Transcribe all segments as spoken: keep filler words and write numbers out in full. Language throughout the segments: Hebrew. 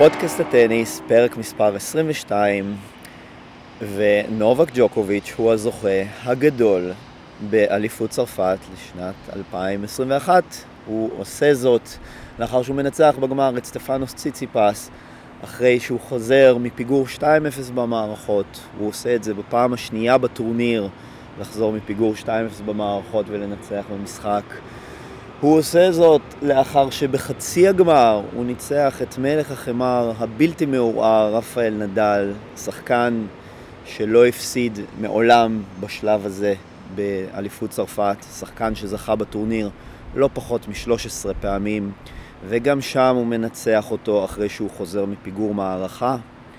פודקאסט הטניס, פרק מספר עשרים ושתיים, ונובק ג'וקוביץ' הוא הזוכה הגדול באליפות צרפת לשנת אלפיים עשרים ואחת. הוא עושה זאת לאחר שהוא מנצח בגמר את סטפנוס ציציפס, אחרי שהוא חוזר מפיגור שתיים אפס במערכות. הוא עושה את זה בפעם השנייה בטורניר, לחזור מפיגור שתיים אפס במערכות ולנצח במשחק. הוא עושה זאת לאחר שבחצי הגמר הוא ניצח את מלך החמר הבלתי מעורער רפאל נדל, שחקן שלא הפסיד מעולם בשלב הזה באליפות צרפת, שחקן שזכה בטורניר לא פחות מ-שלוש עשרה פעמים, וגם שם הוא מנצח אותו אחרי שהוא חוזר מפיגור מערכה.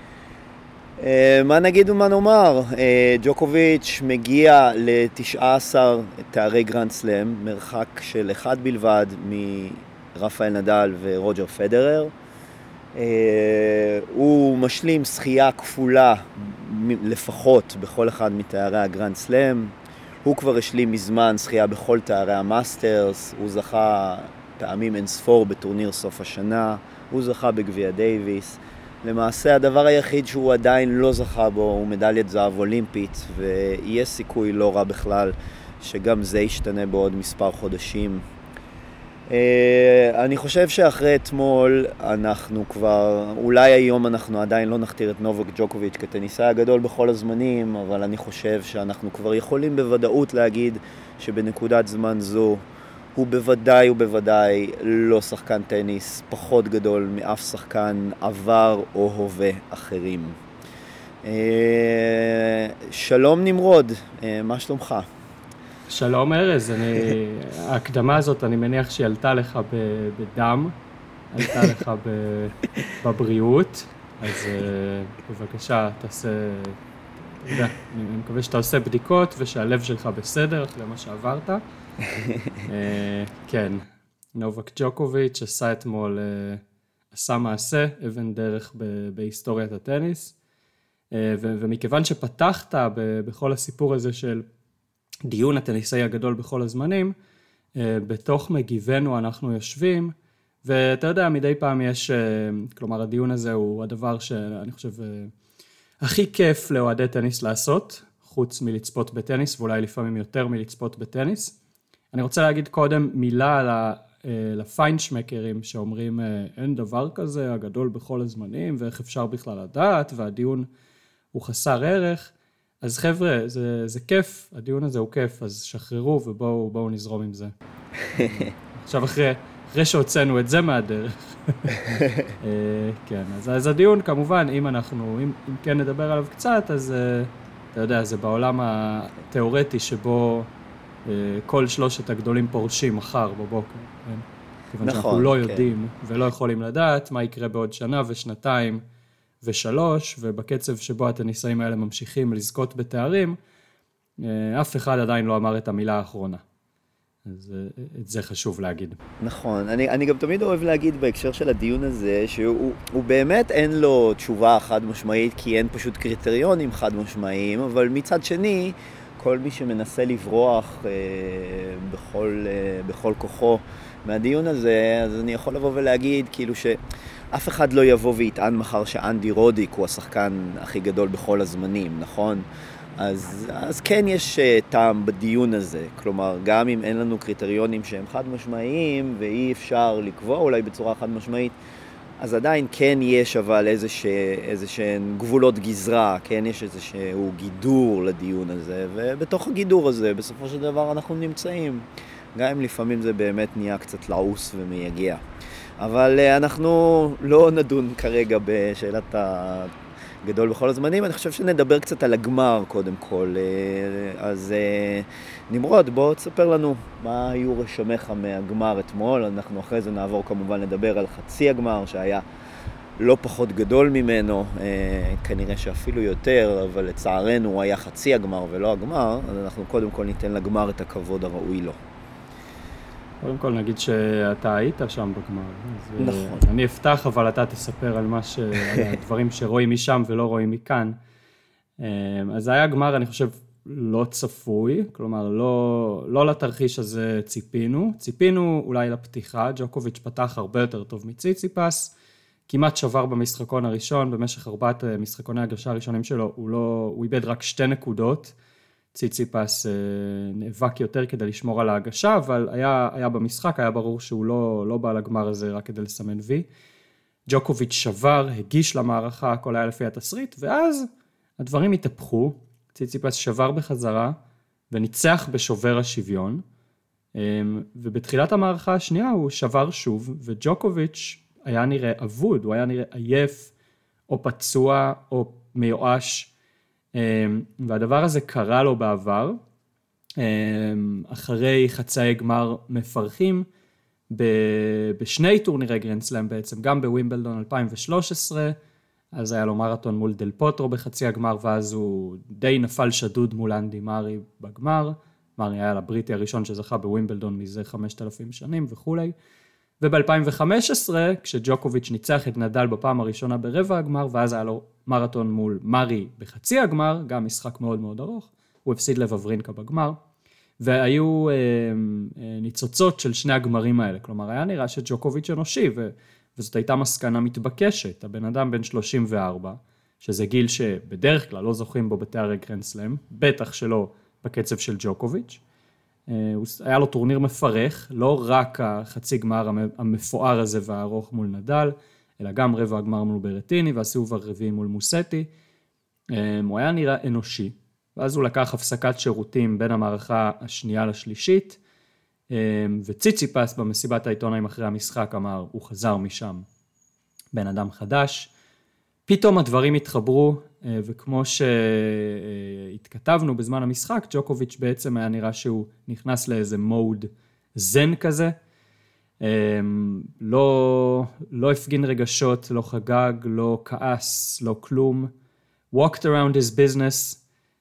מה נגיד ומה נאמר? ג'וקוביץ' מגיע ל-תשעה עשר תארי גרנד סלאם, מרחק של אחד בלבד מרפאל נדל ורוג'ר פדרר. הוא משלים זכייה כפולה לפחות בכל אחד מתארי הגרנד סלאם. הוא כבר השלים מזמן זכייה בכל תארי המאסטרס. הוא זכה פעמים אינספור בטורניר סוף השנה. הוא זכה בגביע דייביס. למעשה הדבר היחיד שהוא עדיין לא זכה בו הוא מדליית זהב אולימפית, ויש סיכוי לא רע בכלל שגם זה ישתנה בעוד מספר חודשים. אני חושב שאחרי אתמול אנחנו כבר, אולי היום אנחנו עדיין לא נכתיר את נובק ג'וקוביץ' כטניסאי הגדול בכל הזמנים, אבל אני חושב שאנחנו כבר יכולים בוודאות להגיד שבנקודת זמן זו הוא בוודאי ובוודאי לא שחקן טניס פחות גדול מאף שחקן עבר או הווה אחרים. שלום נמרוד, מה שלומך? שלום ארז, אני, ההקדמה הזאת אני מניח שהיא עלתה לך בדם, עלתה לך בבריאות, אז בבקשה תעשה, אתה יודע, אני מקווה שאתה עושה בדיקות ושהלב שלך בסדר אחרי מה שעברת. כן, נובק ג'וקוביץ' עשה אתמול, עשה מעשה, אבן דרך בהיסטוריית הטניס, ומכיוון שפתחת בכל הסיפור הזה של דיון הטניסאי הגדול בכל הזמנים, בתוך מגיבנו אנחנו יושבים, ואתה יודע, מדי פעם יש, כלומר הדיון הזה הוא הדבר שאני חושב הכי כיף לאוהדי טניס לעשות, חוץ מלצפות בטניס, ואולי לפעמים יותר מלצפות בטניס. אני רוצה להגיד קודם מילה על הפיינשמקרים שאומרים אין דבר כזה, הגדול בכל הזמנים, ואיך אפשר בכלל לדעת, והדיון הוא חסר ערך. אז חבר'ה, זה, זה כיף, הדיון הזה הוא כיף, אז שחררו ובואו בואו נזרום עם זה. עכשיו אחרי, אחרי שהוצאנו את זה מהדרך. כן, אז, אז הדיון כמובן, אם אנחנו, אם, אם כן נדבר עליו קצת, אז אתה יודע, זה בעולם התיאורטי שבו כל שלושת הגדולים פורשים מחר בבוקר, כן? כיוון נכון, שאנחנו לא כן. יודעים ולא יכולים לדעת מה יקרה בעוד שנה ושנתיים ושלוש, ובקצב שבו הטניסאים האלה ממשיכים לזכות בתארים, אף אחד עדיין לא אמר את המילה האחרונה. אז את זה חשוב להגיד. נכון, אני, אני גם תמיד אוהב להגיד בהקשר של הדיון הזה, שהוא הוא באמת אין לו תשובה חד משמעית, כי אין פשוט קריטריונים חד משמעיים, אבל מצד שני, כל מי שמנסה לברוח אה, בכל, אה, בכל כוחו מהדיון הזה, אז אני יכול לבוא ולהגיד כאילו שאף אחד לא יבוא ויטען מחר שאנדי רודיק הוא השחקן הכי גדול בכל הזמנים, נכון? אז, אז כן יש טעם בדיון הזה, כלומר גם אם אין לנו קריטריונים שהם חד משמעיים ואי אפשר לקבוע אולי בצורה חד משמעית, אז עדיין כן יש אבל איזשהן גבולות גזרה, כן יש איזשהו גידור לדיון הזה, ובתוך הגידור הזה בסופו של דבר אנחנו נמצאים, גם אם לפעמים זה באמת נהיה קצת לעוס ומייגע. אבל אנחנו לא נדון כרגע בשאלת הגדול בכל הזמנים, אני חושב שנדבר קצת על הגמר קודם כל. אז נמרוד, בוא תספר לנו מה היו רשמך מהגמר אתמול. אנחנו אחרי זה נעבור כמובן לדבר על חצי הגמר שהיה לא פחות גדול ממנו, כנראה שאפילו יותר, אבל לצערנו הוא היה חצי הגמר ולא הגמר, אז אנחנו קודם כל ניתן לגמר את הכבוד הראוי לו. קודם כל נגיד שאתה היית שם בגמר. נכון. אני אפתח, אבל אתה תספר על מה ש... על הדברים שרואים משם ולא רואים מכאן. אז היה גמר, אני חושב, לא צפוי, כלומר, לא, לא לתרחיש הזה ציפינו. ציפינו אולי לפתיחה, ג'וקוביץ' פתח הרבה יותר טוב מציציפס, כמעט שבר במשחקון הראשון, במשך ארבעת משחקוני הגשה הראשונים שלו, הוא לא, הוא איבד רק שתי נקודות, ציציפס נאבק יותר כדי לשמור על ההגשה, אבל היה, היה במשחק, היה ברור שהוא לא, לא בא לגמר הזה רק כדי לסמן וי. ג'וקוביץ' שבר, הגיש למערכה, הכל היה לפי התסריט, ואז הדברים התהפכו, ציציפס שבר בחזרה, וניצח בשובר השוויון, ובתחילת המערכה השנייה הוא שבר שוב, וג'וקוביץ' היה נראה אבוד, הוא היה נראה עייף, או פצוע, או מיואש, והדבר הזה קרה לו בעבר, אחרי חצאי גמר מפרכים, בשני טורנירי גרנד סלאם בעצם, גם בווימבלדון אלפיים ושלוש עשרה, אז היה לו מרתון מול דל פוטרו בחצי הגמר, ואז הוא די נפל שדוד מול אנדי מארי בגמר, מארי היה לבריטי הראשון שזכה בווימבלדון מזה חמשת אלפים שנים וכו'. וב-אלפיים וחמש עשרה, כשג'וקוביץ' ניצח את נדל בפעם הראשונה ברבע הגמר, ואז היה לו מרתון מול מארי בחצי הגמר, גם משחק מאוד מאוד ארוך, הוא הפסיד לבברינקה בגמר, והיו אה, אה, ניצוצות של שני הגמרים האלה, כלומר היה נראה שג'וקוביץ' אנושי, ו, וזאת הייתה מסקנה מתבקשת, הבן אדם בן שלושים וארבע, שזה גיל שבדרך כלל לא זוכים בו בתארי גרנד סלאם, בטח שלא בקצב של ג'וקוביץ', היה לו טורניר מפרך, לא רק החצי גמר המפואר הזה והארוך מול נדל, אלא גם רבע הגמר מול ברטיני והסיבוב הרביעי מול מוסטי. הוא היה נראה אנושי, ואז הוא לקח הפסקת שירותים בין המערכה השנייה לשלישית, וציציפס במסיבת העיתונאים אחרי המשחק אמר, הוא חזר משם בן אדם חדש. פתאום הדברים התחברו, וכמו שהתכתבנו בזמן המשחק, ג'וקוביץ' בעצם היה נראה שהוא נכנס לאיזה מוד זן כזה, לא, לא הפגין רגשות, לא חגג, לא כעס, לא כלום, walked around his business,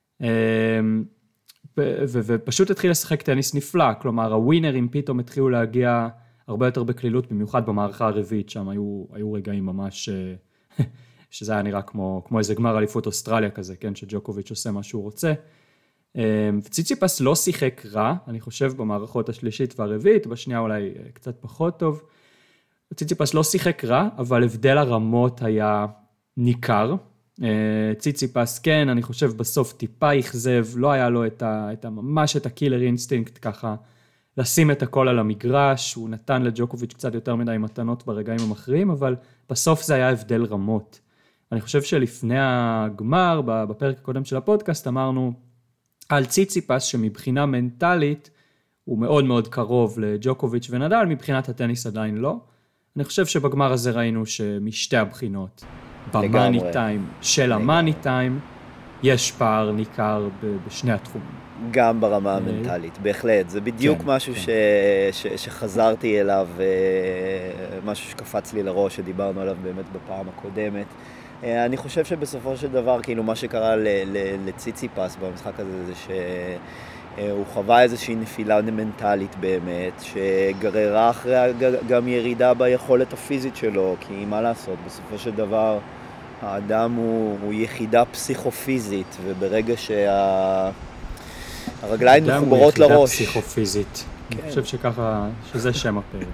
ופשוט התחיל לשחק טניס נפלא, כלומר הווינרים פתאום התחילו להגיע הרבה יותר בקלילות, במיוחד במערכה הרביעית, שם היו, היו רגעים ממש... שזה היה נראה כמו, כמו איזה גמר אליפות אוסטרליה כזה, כן, שג'וקוביץ' עושה מה שהוא רוצה. וציציפס לא שיחק רע, אני חושב במערכות השלישית והרביעית, בשנייה אולי קצת פחות טוב. ציציפס לא שיחק רע, אבל הבדל הרמות היה ניכר. ציציפס כן, אני חושב בסוף טיפה יחזב, לא היה לו את ה, את ה, ממש את הקילר אינסטינקט ככה, לשים את הכל על המגרש, הוא נתן לג'וקוביץ' קצת יותר מדי מתנות ברגעים המכריעים, אבל בסוף זה היה הבדל רמות. אני חושב שלפני הגמר, בפרק הקודם של הפודקאסט, אמרנו על ציציפס שמבחינה מנטלית, הוא מאוד מאוד קרוב לג'וקוביץ' ונדל, מבחינת הטניס עדיין לא. אני חושב שבגמר הזה ראינו שמשתי הבחינות, במאני טיים של המאני טיים, יש פער ניכר בשני התחומים. גם ברמה המנטלית, בהחלט. זה בדיוק כן, משהו כן. ש... ש... שחזרתי אליו, משהו שקפץ לי לראש, שדיברנו עליו באמת בפעם הקודמת. אני חושב שבסופו של דבר, כאילו מה שקרה ל... ל... לציציפס במשחק הזה, זה שהוא חווה איזושהי נפילה מנטלית באמת, שגררה אחריה גם ירידה ביכולת הפיזית שלו, כי מה לעשות, בסופו של דבר, האדם הוא, הוא יחידה פסיכופיזית, וברגע שה... הרגליים מחוברות לראש. יחידה פסיכופיזית. כן. אני חושב שככה, שזה שם הפרק.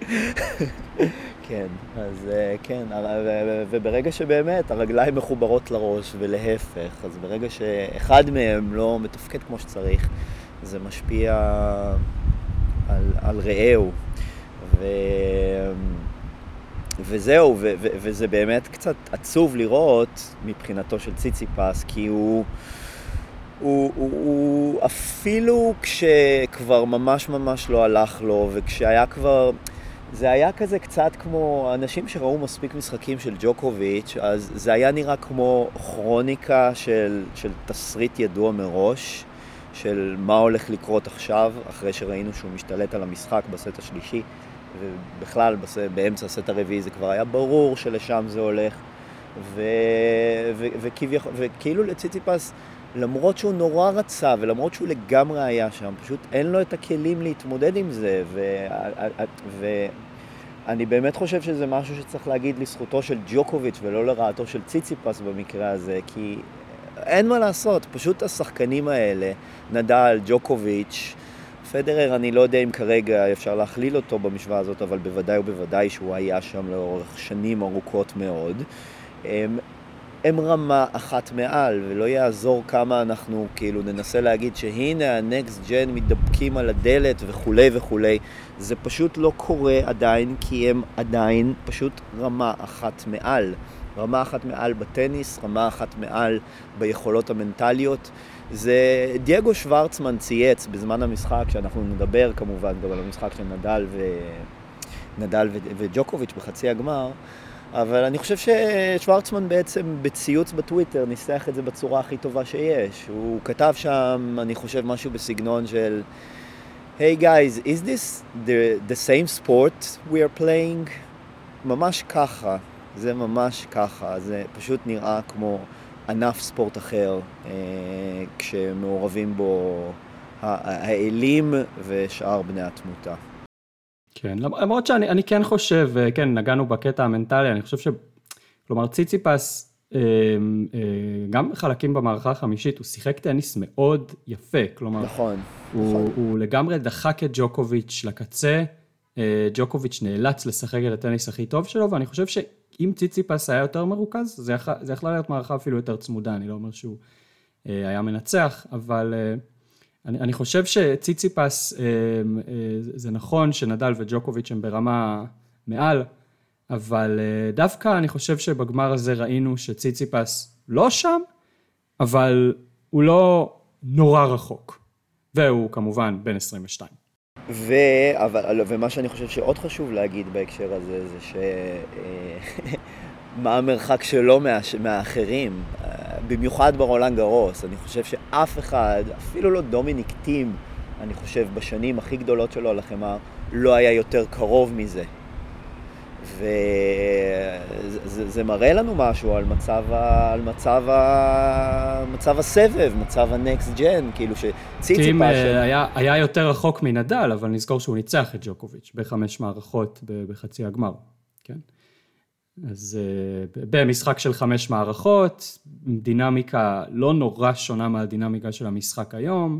כן, אז כן, וברגע שבאמת הרגליים מחוברות לראש ולהפך, אז ברגע שאחד מהם לא מתפקד כמו שצריך, זה משפיע על, על רעהו. ו... וזהו, ו- ו- וזה באמת קצת עצוב לראות מבחינתו של ציציפס, כי הוא... הוא, הוא, הוא אפילו כשכבר ממש ממש לא הלך לו, וכשהיה כבר, זה היה כזה קצת כמו, אנשים שראו מספיק משחקים של ג'וקוביץ', אז זה היה נראה כמו כרוניקה של, של תסריט ידוע מראש, של מה הולך לקרות עכשיו, אחרי שראינו שהוא משתלט על המשחק בסט השלישי, ובכלל בסט, באמצע הסט הרביעי זה כבר היה ברור שלשם זה הולך, ו, ו, וכביכול, וכאילו לציציפס, למרות שהוא נורא רצה, ולמרות שהוא לגמרי היה שם, פשוט אין לו את הכלים להתמודד עם זה, ואני באמת חושב שזה משהו שצריך להגיד לזכותו של ג'וקוביץ' ולא לרעתו של ציציפס במקרה הזה, כי אין מה לעשות, פשוט השחקנים האלה, נדל, ג'וקוביץ', פדרר, אני לא יודע אם כרגע אפשר להכליל אותו במשוואה הזאת, אבל בוודאי ובוודאי שהוא היה שם לאורך שנים ארוכות מאוד. הם, הם רמה אחת מעל, ולא יעזור כמה אנחנו כאילו ננסה להגיד שהנה הנקסט ג'ן מתדפקים על הדלת וכולי וכולי. זה פשוט לא קורה עדיין, כי הם עדיין פשוט רמה אחת מעל. רמה אחת מעל בטניס, רמה אחת מעל ביכולות המנטליות. זה דייגו שוורצמן צייץ בזמן המשחק, שאנחנו נדבר כמובן גם על המשחק של נדל, ו... נדל ו... וג'וקוביץ' בחצי הגמר, אבל אני חושב ששוורצמן בעצם בציוץ בטוויטר ניסח את זה בצורה הכי טובה שיש. הוא כתב שם, אני חושב, משהו בסגנון של Hey guys, is this the, the same sport we are playing? ממש ככה, זה ממש ככה, זה פשוט נראה כמו ענף ספורט אחר, אה, כשמעורבים בו האלים ושאר בני התמותה. כן, למרות שאני אני כן חושב, כן, נגענו בקטע המנטלי, אני חושב ש... כלומר, ציציפס, אה, אה, גם חלקים במערכה החמישית, הוא שיחק טניס מאוד יפה, כלומר, נכון, הוא, נכון. הוא לגמרי דחק את ג'וקוביץ' לקצה, אה, ג'וקוביץ' נאלץ לשחק את הטניס הכי טוב שלו, ואני חושב ש... אם ציציפס היה יותר מרוכז, זה יכלה, זה יכלה להיות מערכה אפילו יותר צמודה, אני לא אומר שהוא אה, היה מנצח, אבל אה, אני, אני חושב שציציפס, אה, אה, זה נכון שנדל וג'וקוביץ' הם ברמה מעל, אבל אה, דווקא אני חושב שבגמר הזה ראינו שציציפס לא שם, אבל הוא לא נורא רחוק, והוא כמובן בן עשרים ושתיים. ו... אבל... ומה שאני חושב שעוד חשוב להגיד בהקשר הזה, זה ש... מה המרחק שלו מה... מהאחרים, במיוחד ברולנד גרוס. אני חושב שאף אחד, אפילו לא דומיניק טים, אני חושב בשנים הכי גדולות שלו על החמר, לא היה יותר קרוב מזה. וזה זה מראה לנו משהו על מצב, ה, על מצב, ה, מצב הסבב, מצב הנקסט ג'ן, כאילו שציציפס... טים היה, היה יותר רחוק מנדל, אבל נזכור שהוא ניצח את ג'וקוביץ' בחמש מערכות בחצי הגמר, כן? אז במשחק של חמש מערכות, דינמיקה לא נורא שונה מהדינמיקה של המשחק היום,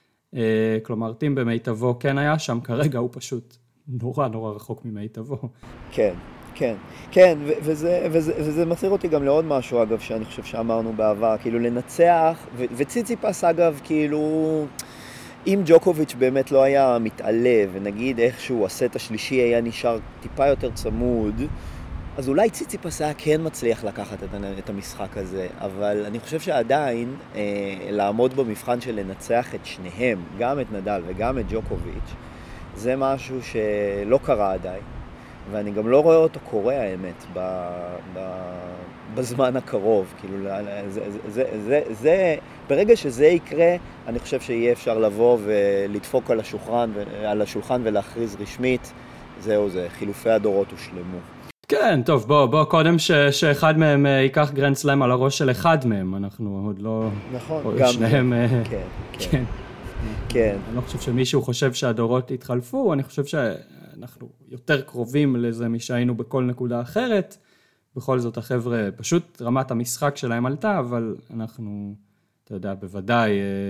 כלומר, טים במיטבו כן היה שם, כרגע הוא פשוט... נורא נורא רחוק ממיטבו. כן, כן, כן, ו- וזה, וזה, וזה מציר אותי גם לעוד משהו, אגב, שאני חושב שאמרנו בעבר, כאילו לנצח, ו- וציציפס, אגב, כאילו, אם ג'וקוביץ' באמת לא היה מתעלה, ונגיד איכשהו הסט השלישי היה נשאר טיפה יותר צמוד, אז אולי ציציפס היה כן מצליח לקחת את, את המשחק הזה, אבל אני חושב שעדיין אה, לעמוד במבחן של לנצח את שניהם, גם את נדל וגם את ג'וקוביץ', זה משהו שלא קרה עדיין, ואני גם לא רואה אותו קורה, האמת, ב, ב, בזמן הקרוב. כאילו, זה, זה, זה, זה, ברגע שזה יקרה, אני חושב שיהיה אפשר לבוא ולדפוק על השולחן, על השולחן ולהכריז רשמית, זהו זה, חילופי הדורות הושלמו. כן, טוב, בוא, בוא, קודם ש, שאחד מהם ייקח גרנד סלאם על הראש של אחד מהם, אנחנו עוד לא... נכון, גם... שניהם... כן, כן. כן. כן. אני לא חושב שמישהו חושב שהדורות התחלפו, אני חושב שאנחנו יותר קרובים לזה משהיינו בכל נקודה אחרת. בכל זאת החבר'ה, פשוט רמת המשחק שלהם עלתה, אבל אנחנו, אתה יודע, בוודאי,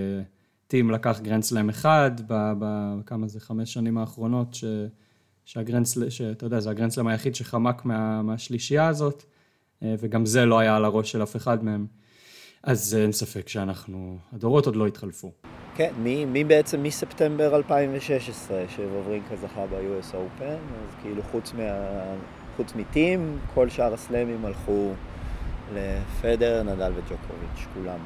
טים לקח גרנד סלאם אחד, בכמה זה חמש שנים האחרונות, ש, שהגרנד סלאם, שאתה יודע, זה הגרנד סלאם היחיד שחמק מה, מהשלישייה הזאת, וגם זה לא היה על הראש של אף אחד מהם. אז אין ספק שאנחנו, הדורות עוד לא התחלפו. כן, מי, מי בעצם מספטמבר אלפיים ושש עשרה שוברינקה זכה ב-יו אס Open, אז כאילו חוץ, מה, חוץ מטים, כל שאר הסלמים הלכו לפדר, נדל וג'וקוביץ', כולם.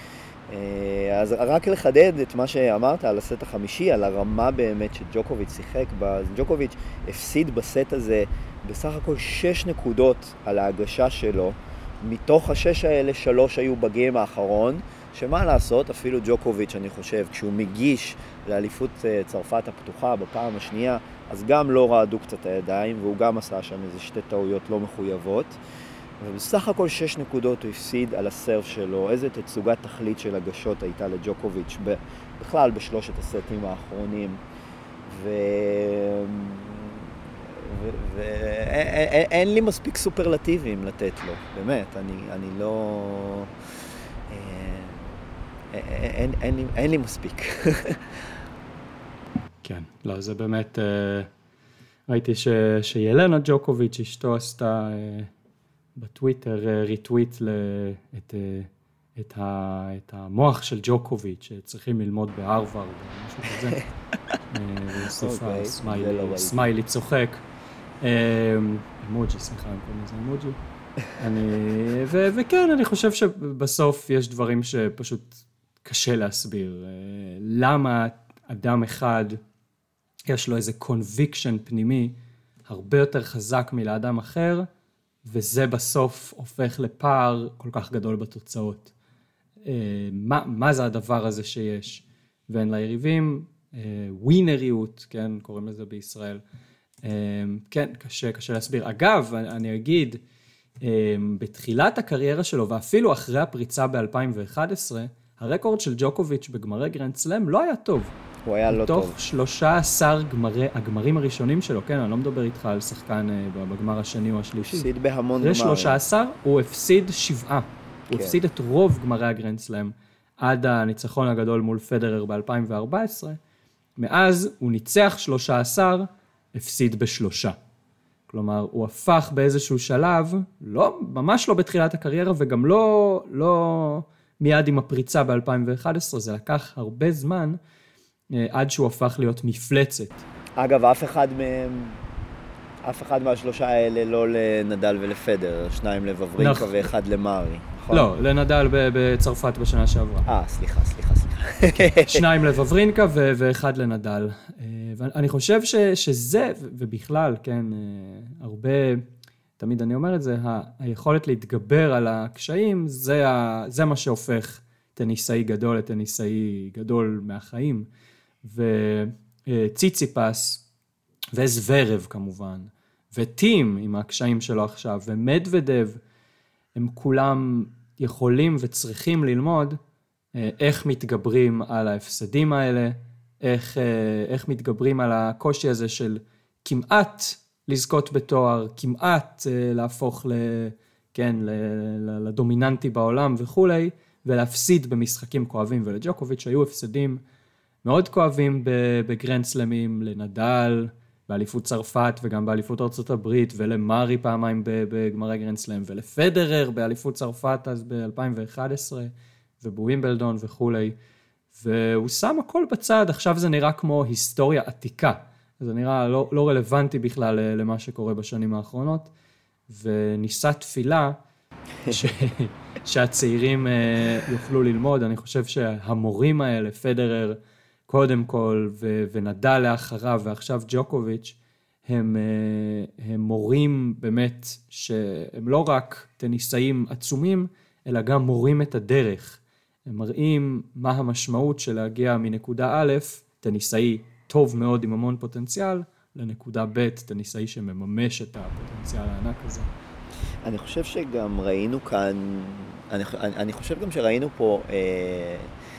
אז רק לחדד את מה שאמרת על הסט החמישי, על הרמה באמת שג'וקוביץ' שיחק בה, ג'וקוביץ' הפסיד בסט הזה בסך הכל שש נקודות על ההגשה שלו, מתוך השש האלה שלוש היו בגיים האחרון, שמה לעשות, אפילו ג'וקוביץ' אני חושב, כשהוא מגיש לאליפות צרפת הפתוחה בפעם השנייה, אז גם לא רעדו קצת הידיים, והוא גם עשה שם איזה שתי טעויות לא מחויבות, ובסך הכל שש נקודות הוא הפסיד על הסרף שלו. איזה תצוגת תכלית של הגשות הייתה לג'וקוביץ' בכלל בשלושת הסטים האחרונים, ו... ואין לי מספיק סופרלטיבים לתת לו, באמת, אני, אני לא... אין, אין, אין לי מספיק. כן, לא, זה באמת, ראיתי ש, שילנה ג'וקוביץ' אשתו עשתה בטוויטר ריטוויט את, את, ה, את המוח של ג'וקוביץ' שצריכים ללמוד בהרווארד או משהו כזה. והוסיפה סמיילי, סמיילי צוחק. אמוג'י, סליחה, אני קוראים לזה אמוג'י. ו, וכן, אני חושב שבסוף יש דברים שפשוט קשה להסביר. למה אדם אחד יש לו איזה קונביקשן פנימי הרבה יותר חזק מלאדם אחר, וזה בסוף הופך לפער כל כך גדול בתוצאות. מה, מה זה הדבר הזה שיש? ואין ליריבים, ווינריות, כן, קוראים לזה בישראל. כן, קשה, קשה להסביר. אגב, אני אגיד, בתחילת הקריירה שלו, ואפילו אחרי הפריצה ב-אלפיים ואחת עשרה, הרקורד של ג'וקוביץ' בגמרי גרנד סלאם לא היה טוב. הוא היה לא טוב. מתוך שלושה עשר גמרי, הגמרים הראשונים שלו, כן, אני לא מדבר איתך על שחקן בגמר השני או השלישי. הפסיד בהמון גמרים. אחרי שלושה עשר הוא הפסיד שבעה. הוא הפסיד את רוב גמרי הגרנד סלאם, עד הניצחון הגדול מול פדרר ב-אלפיים וארבע עשרה. מאז הוא ניצח שלושה עשר, הפסיד בשלושה. כלומר, הוא הפך באיזשהו שלב, לא, ממש לא בתחילת הקריירה, וגם לא, לא מיד עם הפריצה ב-אלפיים ואחת עשרה, זה לקח הרבה זמן, עד שהוא הפך להיות מפלצת. אגב, אף אחד מהם, אף אחד מהשלושה האלה לא לנדל ולפדר, שניים לבברינקה ואחד למארי, נכון? לא, לנדל בצרפת בשנה שעברה. אה, סליחה, סליחה, סליחה. שניים לבברינקה ואחד לנדל. ואני חושב שזה, ובכלל, כן, הרבה, תמיד אני אומר את זה, היכולת להתגבר על הקשיים, זה, זה מה שהופך טניסאי גדול לטניסאי גדול מהחיים. וציציפס, וזוורב כמובן, וטים עם הקשיים שלו עכשיו, ומדוודב, הם כולם יכולים וצריכים ללמוד איך מתגברים על ההפסדים האלה, איך, איך מתגברים על הקושי הזה של כמעט לזכות בתואר, כמעט להפוך ל, כן, לדומיננטי בעולם וכולי, ולהפסיד במשחקים כואבים, ולג'וקוביץ' היו הפסדים מאוד כואבים בגרנד סלמים, לנדל, באליפות צרפת וגם באליפות ארצות הברית, ולמארי פעמיים בגמרי גרנד סלם, ולפדרר באליפות צרפת אז ב-אלפיים ואחת עשרה, ובווימבלדון וכולי, והוא שם הכל בצד, עכשיו זה נראה כמו היסטוריה עתיקה, זה נראה לא, לא רלוונטי בכלל למה שקורה בשנים האחרונות, וניסה תפילה ש... שהצעירים יוכלו ללמוד, אני חושב שהמורים האלה, פדרר קודם כל, ו... ונדל לאחריו, ועכשיו ג'וקוביץ', הם, הם מורים באמת שהם לא רק טניסאים עצומים, אלא גם מורים את הדרך. הם מראים מה המשמעות של להגיע מנקודה א', טניסאי טוב מאוד עם המון פוטנציאל, לנקודה ב', טניסאי שמממש את הפוטנציאל הענק הזה. אני חושב שגם ראינו כאן, אני, אני חושב גם שראינו פה אה,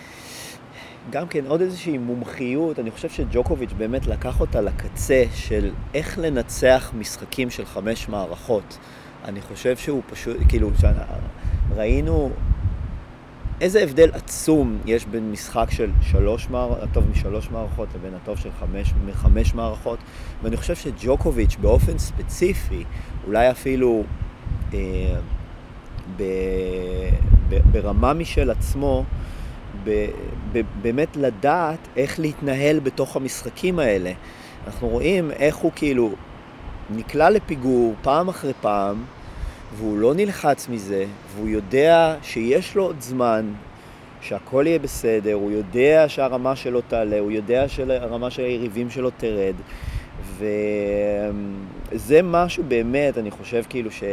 גם כן עוד איזושהי מומחיות, אני חושב שג'וקוביץ' באמת לקח אותה לקצה של איך לנצח משחקים של חמש מערכות. אני חושב שהוא פשוט, כאילו, ראינו איזה הבדל עצום יש בין משחק של שלוש מערכות, הטוב משלוש מערכות, לבין הטוב של חמש, מחמש מערכות, ואני חושב שג'וקוביץ' באופן ספציפי, אולי אפילו אה, ב, ב, ברמה משל עצמו, ב, ב, באמת לדעת איך להתנהל בתוך המשחקים האלה. אנחנו רואים איך הוא כאילו נקלע לפיגור פעם אחרי פעם, והוא לא נלחץ מזה, והוא יודע שיש לו עוד זמן, שהכל יהיה בסדר, הוא יודע שהרמה שלו תעלה, הוא יודע שהרמה של היריבים שלו תרד, וזה משהו באמת, אני חושב כאילו ש...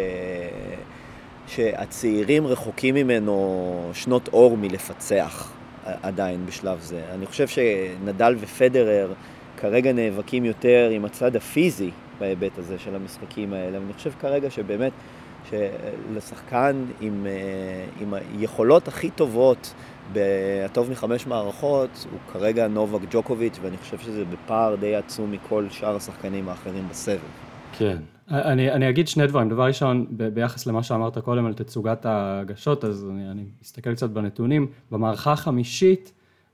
שהצעירים רחוקים ממנו שנות אור מלפצח עדיין בשלב זה. אני חושב שנדל ופדרר כרגע נאבקים יותר עם הצד הפיזי בהיבט הזה של המשחקים האלה, ואני חושב כרגע שבאמת שלשחקן עם, עם היכולות הכי טובות בטוב מחמש מערכות הוא כרגע נובק ג'וקוביץ', ואני חושב שזה בפער די עצום מכל שאר השחקנים האחרים בסבב. כן, אני, אני אגיד שני דברים. דבר ראשון, ב- ביחס למה שאמרת קודם על תצוגת ההגשות, אז אני, אני מסתכל קצת בנתונים. במערכה החמישית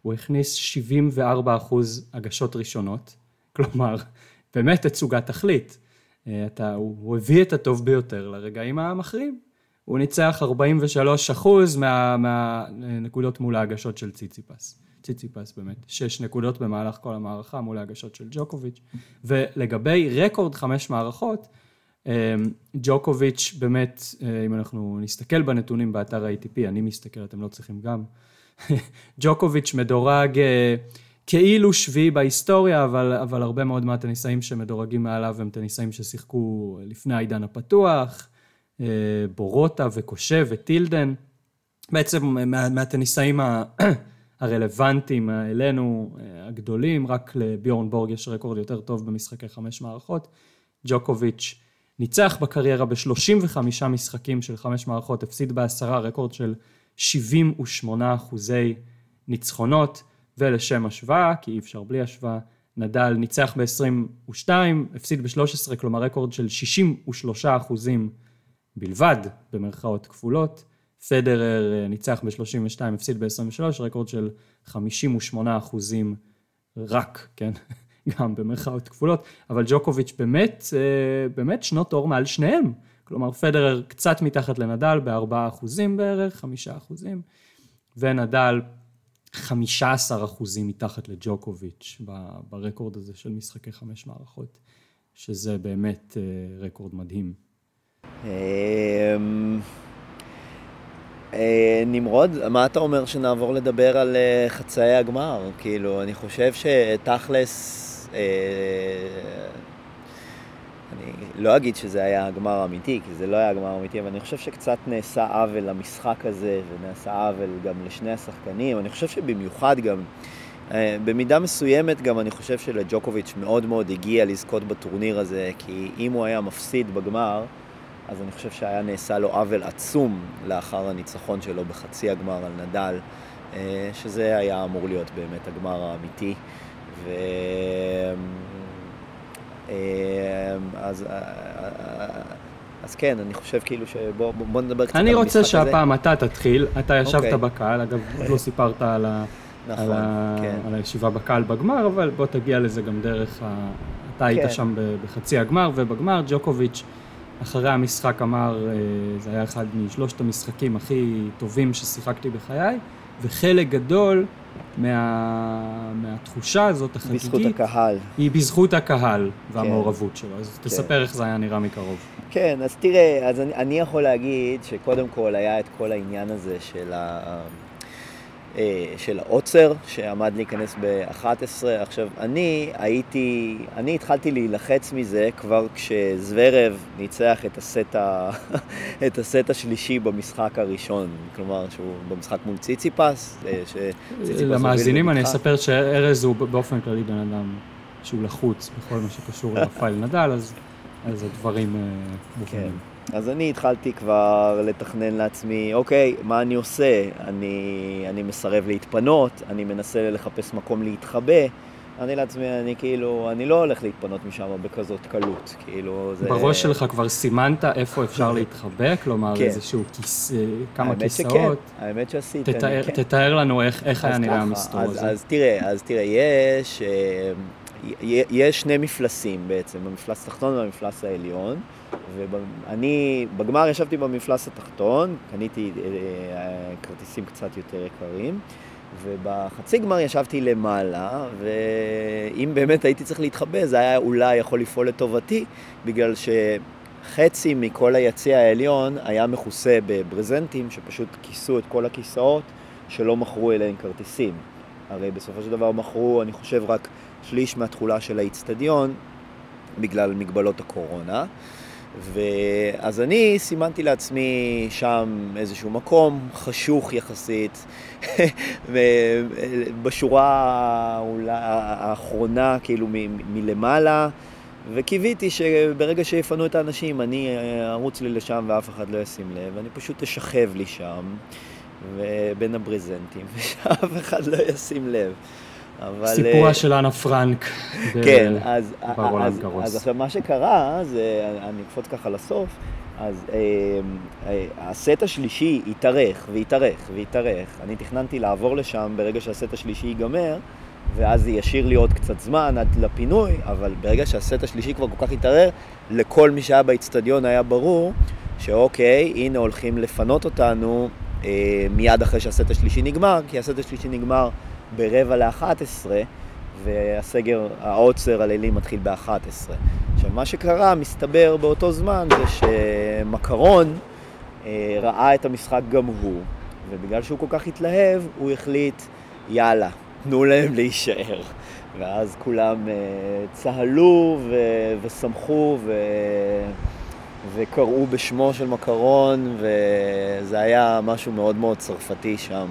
הוא הכניס שבעים וארבעה אחוז הגשות ראשונות, כלומר, באמת תצוגת תכלית. אתה, הוא, הוא הביא את הטוב ביותר לרגעים המכריעים. הוא ניצח ארבעים ושלושה אחוז מה, מהנקודות מול ההגשות של ציציפס. ציציפס באמת, שש נקודות במהלך כל המערכה מול ההגשות של ג'וקוביץ'. ולגבי רקורד חמש מערכות, ג'וקוביץ' באמת, אם אנחנו נסתכל בנתונים באתר ה-איי טי פי, אני מסתכל, אתם לא צריכים גם, ג'וקוביץ' מדורג כאילו שביעי בהיסטוריה, אבל, אבל הרבה מאוד מהטניסאים שמדורגים מעליו הם טניסאים ששיחקו לפני העידן הפתוח, בורוטה וקושה וטילדן, בעצם מה, מהטניסאים הרלוונטיים אלינו הגדולים, רק לביורן בורג יש רקורד יותר טוב במשחקי חמש מערכות, ג'וקוביץ' ניצח בקריירה ב-שלושים וחמישה משחקים של חמש מערכות, הפסיד בעשרה, רקורד של שבעים ושמונה אחוזי ניצחונות, ולשם השוואה, כי אי אפשר בלי השוואה, נדל ניצח ב-עשרים ושתיים, הפסיד ב-שלוש עשרה, כלומר רקורד של שישים ושלושה אחוזים בלבד, במרכאות כפולות, פדרר ניצח ב-שלושים ושתיים, הפסיד ב-עשרים ושלוש, רקורד של חמישים ושמונה אחוזים רק, כן? גם במרכאות כפולות, אבל ג'וקוביץ' באמת, באמת שנות אור מעל שניהם, כלומר פדרר קצת מתחת לנדל, ב-ארבעה אחוזים בערך, חמישה אחוזים, ונדל חמישה עשר אחוזים מתחת לג'וקוביץ' ברקורד הזה של משחקי חמש מערכות, שזה באמת רקורד מדהים. נמרוד, מה אתה אומר שנעבור לדבר על חצאי הגמר? כאילו, אני חושב שתכלס, אני לא אגיד שזה היה הגמר האמיתי, כי זה לא היה הגמר האמיתי, אבל אני חושב שקצת נעשה עוול למשחק הזה, ונעשה עוול גם לשני השחקנים. אני חושב שבמיוחד גם, במידה מסוימת גם אני חושב שלג'וקוביץ' מאוד מאוד הגיע לזכות בטורניר הזה, כי אם הוא היה מפסיד בגמר, אז אני חושב שהיה נעשה לו עוול עצום לאחר הניצחון שלו בחצי הגמר על נדל, שזה היה אמור להיות באמת הגמר האמיתי. ו... אז, אז כן, אני חושב כאילו שבוא בוא נדבר קצת על המשחק הזה. אני רוצה שהפעם אתה תתחיל, אתה ישבת בקהל, אגב, לא סיפרת על, ה... נכון, על, ה... כן. על הישיבה בקהל בגמר, אבל בוא תגיע לזה גם דרך, ה... אתה היית כן. שם בחצי הגמר ובגמר, ג'וקוביץ' אחרי המשחק אמר, זה היה אחד משלושת המשחקים הכי טובים ששיחקתי בחיי, וחלק גדול מה... מהתחושה הזאת החגיגית, בזכות הקהל. היא בזכות הקהל והמעורבות כן. שלו. אז כן. תספר איך זה היה נראה מקרוב. כן, אז תראה, אז אני, אני יכול להגיד שקודם כל היה את כל העניין הזה של ה... של העוצר שעמד להיכנס ב-אחת עשרה. עכשיו, אני הייתי, אני התחלתי להילחץ מזה כבר כשזוורב ניצח את הסט, ה... את הסט השלישי במשחק הראשון, כלומר שהוא במשחק מול ציציפס. למאזינים אני אספר שארז הוא באופן כללי בן אדם שהוא לחוץ בכל מה שקשור לרפאל נדל, אז, אז הדברים מובנים. כן. אז אני התחלתי כבר לתכנן לעצמי, אוקיי, מה אני עושה? אני, אני מסרב להתפנות, אני מנסה לחפש מקום להתחבא. אני לעצמי, אני כאילו, אני לא הולך להתפנות משם בכזאת קלות, כאילו זה... בראש שלך כבר סימנת איפה אפשר להתחבא, כלומר כן. איזשהו כיס, כמה האמת כיסאות. שכן, האמת שעשית. תתאר, כן. תתאר לנו איך, איך היה נראה המסתור אז, הזה. אז תראה, אז תראה, יש, יש שני מפלסים בעצם, המפלס התחתון והמפלס העליון. ואני בגמר ישבתי במפלס התחתון, קניתי כרטיסים קצת יותר יקרים, ובחצי גמר ישבתי למעלה, ואם באמת הייתי צריך להתחבא, זה היה אולי יכול לפעול לטובתי, בגלל שחצי מכל היציע העליון היה מכוסה בברזנטים, שפשוט כיסו את כל הכיסאות שלא מכרו אליהם כרטיסים. הרי בסופו של דבר מכרו, אני חושב, רק שליש מהתחולה של האצטדיון, בגלל מגבלות הקורונה. ואז אני סימנתי לעצמי שם איזשהו מקום חשוך יחסית, בשורה האחרונה כאילו מ- מלמעלה, וקיוויתי שברגע שיפנו את האנשים אני ארוץ לי לשם ואף אחד לא ישים לב, ואני פשוט אשכב לי שם בין הברזנטים ושאף אחד לא ישים לב. אבל... סיפורה של אנה פרנק. כן, אז, אז, אז עכשיו מה שקרה, זה, אני אקפוץ ככה לסוף, אז אה, אה, הסט השלישי התארך והתארך והתארך. אני תכננתי לעבור לשם ברגע שהסט השלישי ייגמר, ואז זה ישאיר לי עוד קצת זמן עד לפינוי, אבל ברגע שהסט השלישי כבר כל כך התארך, לכל מי שהיה באצטדיון היה ברור שאוקיי, הנה הולכים לפנות אותנו אה, מיד אחרי שהסט השלישי נגמר, כי הסט השלישי נגמר ברבע לאחת עשרה, והסגר, העוצר הלילי מתחיל באחת עשרה. עכשיו, מה שקרה, מסתבר באותו זמן, זה שמקרון אה, ראה את המשחק גם הוא, ובגלל שהוא כל כך התלהב, הוא החליט, יאללה, תנו להם להישאר. ואז כולם אה, צהלו ו- ושמחו ו... וקראו בשמו של מקרון, וזה היה משהו מאוד מאוד צרפתי שם.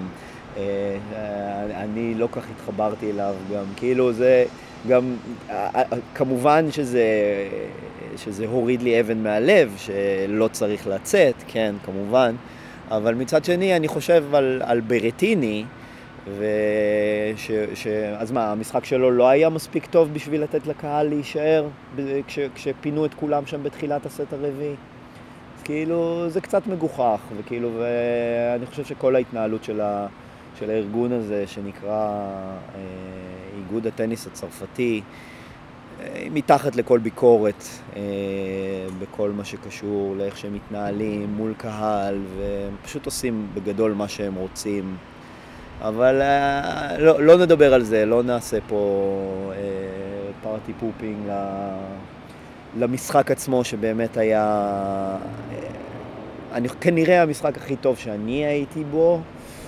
אני לא כך התחברתי אליו גם, כאילו זה גם, כמובן שזה, שזה הוריד לי אבן מהלב, שלא צריך לצאת, כן, כמובן, אבל מצד שני אני חושב על, על ברטיני, וש, ש, אז מה, המשחק שלו לא היה מספיק טוב בשביל לתת לקהל להישאר, כש, כשפינו את כולם שם בתחילת הסט הרביעי. אז כאילו זה קצת מגוחך, וכאילו, ואני חושב שכל ההתנהלות של ה... של הארגון הזה שנקרא אה, איגוד הטניס הצרפתי, אה, מתחת לכל ביקורת אה, בכל מה שקשור לאיך שהם מתנהלים מול קהל, והם פשוט עושים בגדול מה שהם רוצים. אבל אה, לא, לא נדבר על זה, לא נעשה פה אה, פארטי פופינג למשחק עצמו שבאמת היה אה, אני, כנראה המשחק הכי טוב שאני הייתי בו.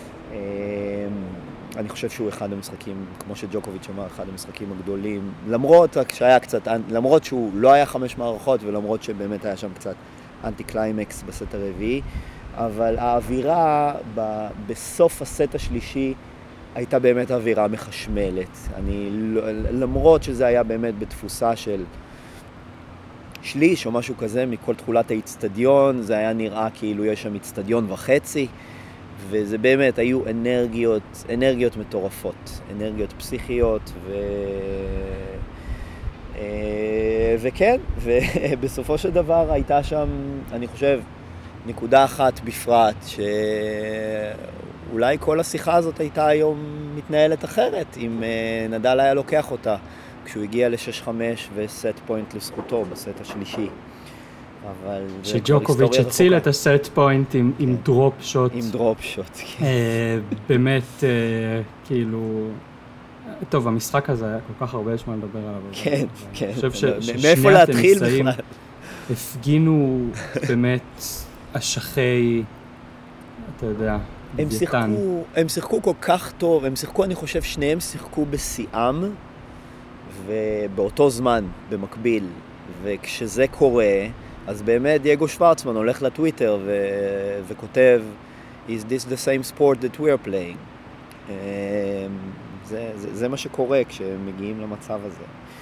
אני חושב שהוא אחד המשחקים, כמו שג'וקוביץ' אמר, אחד המשחקים הגדולים, למרות שהיה קצת, למרות שהוא לא היה חמש מערכות, ולמרות שבאמת היה שם קצת אנטי קליימקס בסט הרביעי, אבל האווירה ב, בסוף הסט השלישי הייתה באמת אווירה מחשמלת. אני, למרות שזה היה באמת בתפוסה של שליש או משהו כזה מכל תכולת האצטדיון, זה היה נראה כאילו יש שם אצטדיון וחצי, וזה באמת, היו אנרגיות, אנרגיות מטורפות, אנרגיות פסיכיות, ו... וכן, ובסופו של דבר הייתה שם, אני חושב, נקודה אחת בפרט, שאולי כל השיחה הזאת הייתה היום מתנהלת אחרת, אם נדל היה לוקח אותה, כשהוא הגיע ל-שש חמש וסט פוינט לזכותו בסט השלישי. שג'וקוביץ' הציל את הסט פוינט עם, כן. עם דרופ שוט. עם דרופ שוט, כן. אה, באמת, אה, כאילו... טוב, המשחק הזה היה כל כך הרבה יש מה לדבר עליו. כן, כן. אני חושב ש, ששני הטניסאים הפגינו באמת אשכי, אתה יודע, הם שיחקו, הם שיחקו כל כך טוב, הם שיחקו, אני חושב, שניהם שיחקו בשיאם, ובאותו זמן, במקביל, וכשזה קורה, אז באמת דייגו שוורצמן הולך לטוויטר ו- וכותב Is this the same sport that we are playing? זה, זה, זה מה שקורה כשמגיעים למצב הזה.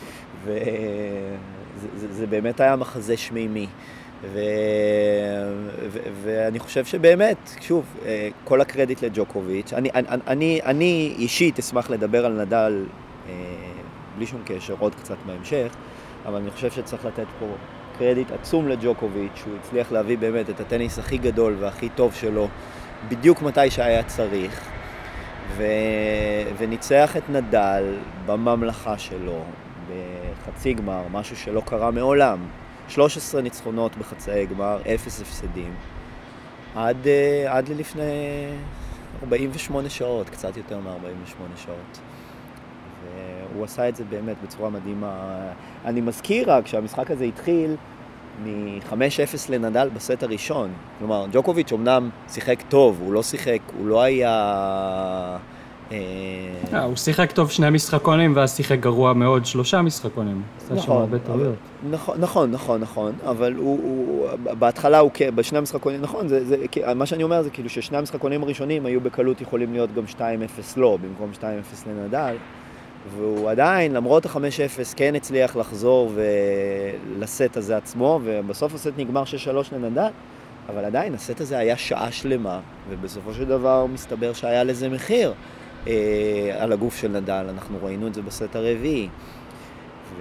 וזה זה, זה באמת היה מחזה שמימי. ו- ו- ואני חושב שבאמת, שוב, כל הקרדיט לג'וקוביץ'. אני, אני, אני, אני אישית אשמח לדבר על נדל בלי שום קשר, עוד קצת בהמשך, אבל אני חושב שצריך לתת פה קרדיט עצום לג'וקוביץ', שהוא הצליח להביא באמת את הטניס הכי גדול והכי טוב שלו, בדיוק מתי שהיה צריך, ו... וניצח את נדל בממלכה שלו, בחצי גמר, משהו שלא קרה מעולם. שלוש עשרה ניצחונות בחצאי גמר, אפס הפסדים, עד, עד ללפני ארבעים ושמונה שעות, קצת יותר מ-ארבעים ושמונה שעות. הוא עשה את זה באמת בצורה מדהימה. אני מזכיר רק שהמשחק הזה התחיל מ-חמש אפס לנדל בסט הראשון. כלומר, ג'וקוביץ' אמנם שיחק טוב, הוא לא שיחק, הוא לא היה... הוא שיחק טוב שני משחקונים, ואז שיחק גרוע מאוד שלושה משחקונים. נכון, נכון, נכון, נכון, אבל הוא, בהתחלה הוא, בשני המשחקונים, נכון, מה שאני אומר זה כאילו ששני המשחקונים הראשונים היו בקלות יכולים להיות גם שתיים אפס לא, במקום שתיים אפס לנדל. והוא עדיין, למרות ה-חמש אפס, כן הצליח לחזור ולסט הזה עצמו, ובסוף הסט נגמר שש שלוש לנדל, אבל עדיין הסט הזה היה שעה שלמה, ובסופו של דבר מסתבר שהיה לזה מחיר. על הגוף של נדל, אנחנו ראינו את זה בסט הרביעי. ו...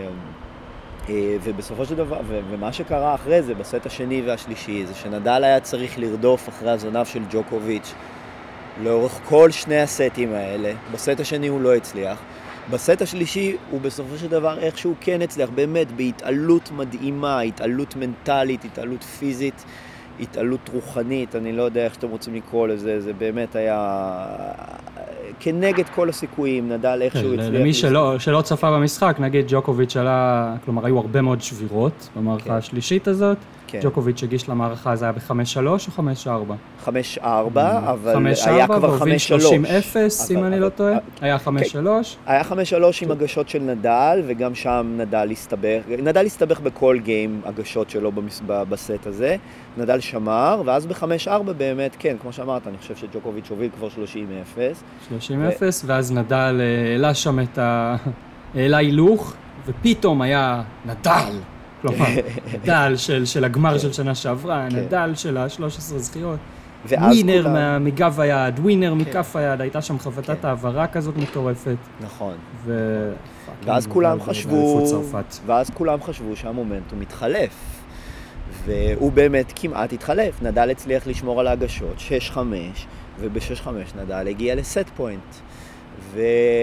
ובסופו של דבר, ומה שקרה אחרי זה, בסט השני והשלישי, זה שנדל היה צריך לרדוף אחרי הזנב של ג'וקוביץ' לאורך כל שני הסטים האלה. בסט השני הוא לא הצליח. בסט השלישי הוא בסופו של דבר איכשהו כן הצליח, באמת בהתעלות מדהימה, התעלות מנטלית, התעלות פיזית, התעלות רוחנית, אני לא יודע איך שאתם רוצים לקרוא לזה, זה באמת היה כנגד כל הסיכויים, נדל איכשהו הצליח. למי שלא, שלא צפה במשחק, נגיד ג'וקוביץ' עלה, כלומר היו הרבה מאוד שבירות במערכה השלישית הזאת, ג'וקוביץ' הגיש למערכה, זה היה ב-חמש שלוש או חמש ארבע? חמש ארבע, אבל היה כבר חמש שלוש. שלושים אפס, אם אני לא טועה. היה חמש שלוש. היה חמש שלוש עם הגשות של נדל, וגם שם נדל הסתבך. נדל הסתבך בכל גיים הגשות שלו בסט הזה. נדל שמר, ואז ב-חמש ארבע באמת, כן, כמו שאמרת, אני חושב שג'וקוביץ' הוביל כבר שלושים אפס. שלושים אפס, ואז נדל העלה שם את ה... העלה הילוך, ופתאום היה נדל. כלומר, נדל של, של הגמר של שנה שעברה, כן. נדל של ה-שלוש עשרה זכיות, ווינר כולם... מגב היד, ווינר כן. מכף היד, הייתה שם חבטת כן. העברה כזאת מטורפת. נכון. ו... ואז כולם חשבו, ואז כולם חשבו שהמומנטום מתחלף. והוא באמת כמעט התחלף. נדל הצליח לשמור על ההגשות, שש חמש, וב-שש חמש נדל הגיע לסט פוינט. ו...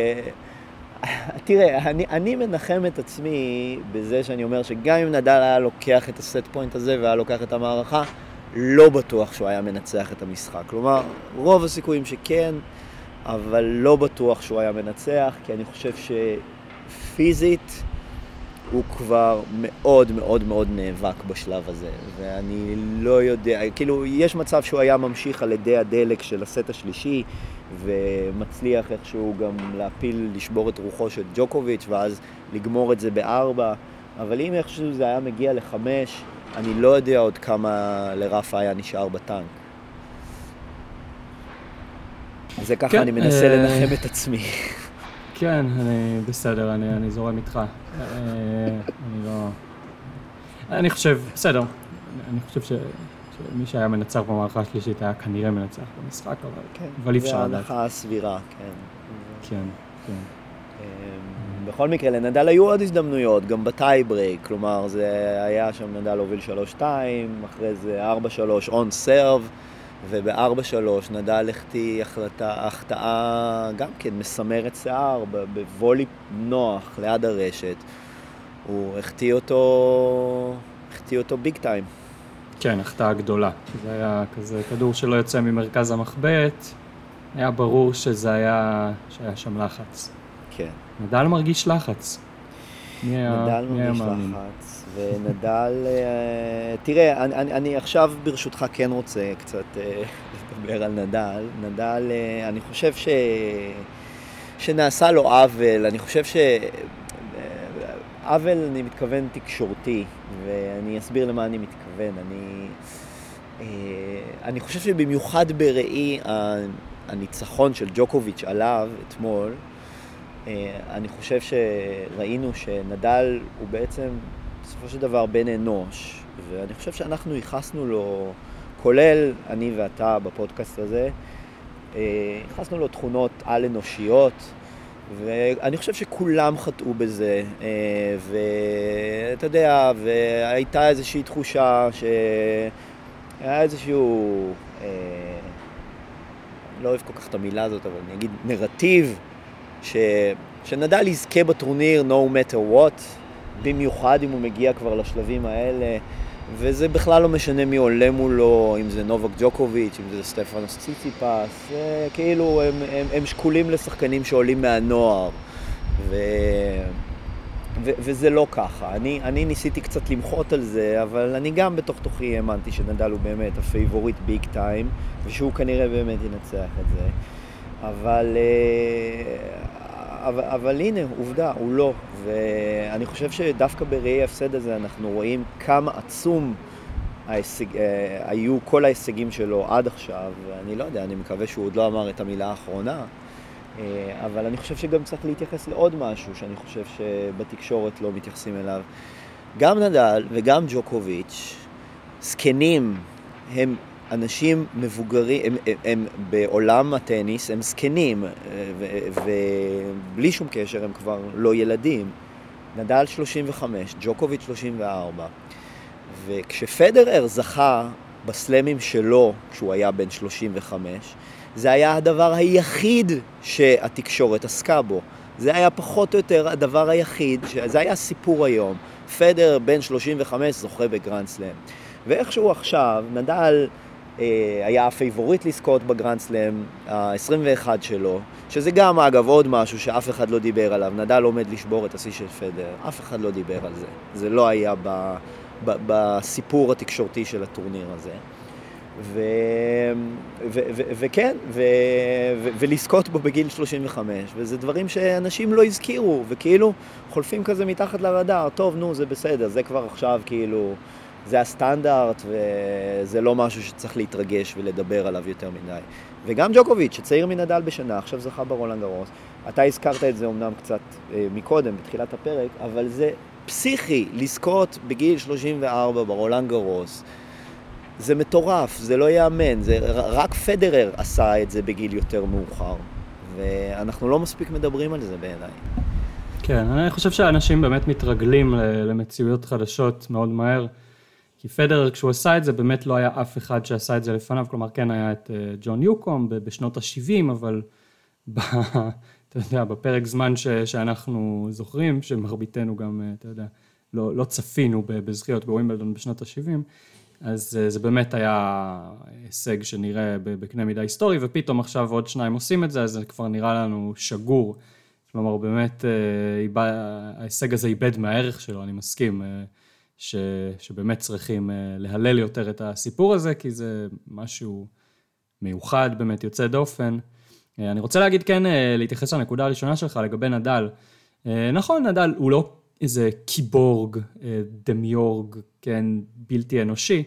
תראה, אני, אני מנחם את עצמי בזה שאני אומר שגם אם נדל היה לוקח את הסט פוינט הזה והיה לוקח את המערכה, לא בטוח שהוא היה מנצח את המשחק. כלומר, רוב הסיכויים שכן, אבל לא בטוח שהוא היה מנצח, כי אני חושב שפיזית הוא כבר מאוד מאוד מאוד נאבק בשלב הזה, ואני לא יודע, כאילו יש מצב שהוא היה ממשיך על ידי הדלק של הסט השלישי, ומצליח איכשהו גם להפיל, לשבור את רוחו של ג'וקוביץ' ואז לגמור את זה בארבע, אבל אם איכשהו זה היה מגיע לחמש, אני לא יודע עוד כמה לרפה היה נשאר בטנק. זה ככה כן, אני מנסה אה... לנחם את עצמי. כן, אני בסדר, אני, אני זורם איתך. אני לא... אני חושב, בסדר, אני חושב ש... מי שהיה מנצח במערכה השלישית היה כנראה מנצח במשחק, אבל, כן, אבל אי אפשר לדעת. זה ההנחה הסבירה, כן. כן, כן. בכל מקרה, לנדל היו עוד הזדמנויות, גם בטי ברייק, כלומר, זה היה שם נדל הוביל שלוש שתיים, אחרי זה ארבע שלוש און סרב, וב-ארבע שלוש נדל החטיא החלטה, החטאה גם כן מסמרת שיער, בוולי נוח ליד הרשת. הוא החטיא אותו, החטיא אותו ביג טיים. כן, החטאה גדולה. זה היה כזה כדור שלא יוצא ממרכז המחבט. היה ברור שזה היה, שהיה שם לחץ. כן. נדל מרגיש לחץ. נדל מרגיש לחץ, ונדל... תראה, אני, אני, אני עכשיו ברשותך כן רוצה קצת לדבר על נדל. נדל, אני חושב ש... שנעשה לו עוול, אני חושב ש... עוול אני מתכוון תקשורתי, ואני אסביר למה אני מתכוון. אני, אני חושב שבמיוחד בראי הניצחון של ג'וקוביץ' עליו אתמול, אני חושב שראינו שנדל הוא בעצם בסופו של דבר בן אנוש, ואני חושב שאנחנו ייחסנו לו, כולל אני ואתה בפודקאסט הזה, ייחסנו לו תכונות על אנושיות, ואני חושב שכולם חטאו בזה, ואתה יודע, והייתה איזושהי תחושה שהיה איזשהו, לא אוהב כל כך את המילה הזאת, אבל אני אגיד נרטיב, ש... שנדל יזכה בטורניר no matter what, במיוחד אם הוא מגיע כבר לשלבים האלה, וזה בכלל לא משנה מי עולה מולו, אם זה נובק ג'וקוביץ', אם זה סטפנוס ציציפס, כאילו הם, הם, הם שקולים לשחקנים שעולים מהנוער, ו... ו... וזה לא ככה. אני, אני ניסיתי קצת למחות על זה, אבל אני גם בתוך תוכי האמנתי שנדל הוא באמת הפייבוריט ביג טיים, ושהוא כנראה באמת ינצח את זה. אבל, אבל, אבל הנה, עובדה, הוא לא. ואני חושב שדווקא בראי ההפסד הזה אנחנו רואים כמה עצום ההישג, היו כל ההישגים שלו עד עכשיו. ואני לא יודע, אני מקווה שהוא עוד לא אמר את המילה האחרונה. אבל אני חושב שגם צריך להתייחס לעוד משהו שאני חושב שבתקשורת לא מתייחסים אליו. גם נדל וגם ג'וקוביץ', סקנים, הם אנשים מבוגרים, הם, הם, הם בעולם הטניס, הם זקנים, ובלי שום קשר הם כבר לא ילדים. נדל שלושים וחמש, ג'וקוביץ' שלושים וארבע, וכשפדרר זכה בסלמים שלו, כשהוא היה בן שלושים וחמש, זה היה הדבר היחיד שהתקשורת עסקה בו. זה היה פחות או יותר הדבר היחיד, זה היה סיפור היום. פדרר בן שלושים וחמש זוכה בגרנד סלאם. ואיכשהו עכשיו, נדל אה, היה הפייבוריט לזכות בגרנד סלאם ה-עשרים ואחת שלו, שזה גם אגב עוד משהו שאף אחד לא דיבר עליו. נדל עומד לשבור את השיא של פדרר, אף אחד לא דיבר על זה. זה לא היה ב, ב, בסיפור התקשורתי של הטורניר הזה. ו... ו... ו... וכן, ו... ו... ולזכות בו בגיל שלושים וחמש, וזה דברים שאנשים לא הזכירו, וכאילו חולפים כזה מתחת לרדאר, טוב, נו, זה בסדר, זה כבר עכשיו כאילו, זה הסטנדרט, וזה לא משהו שצריך להתרגש ולדבר עליו יותר מדי. וגם ג'וקוביץ', שצעיר מנדל בשנה, עכשיו זכה ברולנד גארוס, אתה הזכרת את זה אומנם קצת אה, מקודם, בתחילת הפרק, אבל זה פסיכי, לזכות בגיל שלושים וארבע ברולנד גארוס, זה מטורף, זה לא יאמן, זה רק פדרר עשה את זה בגיל יותר מאוחר, ואנחנו לא מספיק מדברים על זה בעיניי. כן, אני חושב שהאנשים באמת מתרגלים למציאויות חדשות מאוד מהר, כי פדרר כשהוא עשה את זה באמת לא היה אף אחד שעשה את זה לפניו, כלומר כן היה את ג'ון יוקום בשנות ה-שבעים, אבל ב, אתה יודע, בפרק זמן ש, שאנחנו זוכרים, שמרביתנו גם, אתה יודע, לא, לא צפינו בזכיות בווימבלדון בשנות ה-שבעים, אז זה באמת היה הישג שנראה בקנה מידה היסטורי, ופתאום עכשיו עוד שניים עושים את זה, אז זה כבר נראה לנו שגור. כלומר, באמת ההישג הזה איבד מהערך שלו, אני מסכים, ש, שבאמת צריכים להלל יותר את הסיפור הזה, כי זה משהו מיוחד, באמת יוצא דופן. אני רוצה להגיד כן, להתייחס לנקודה הראשונה שלך לגבי נדל. נכון, נדל הוא לא איזה קיבורג, דמיורג, כן, בלתי אנושי.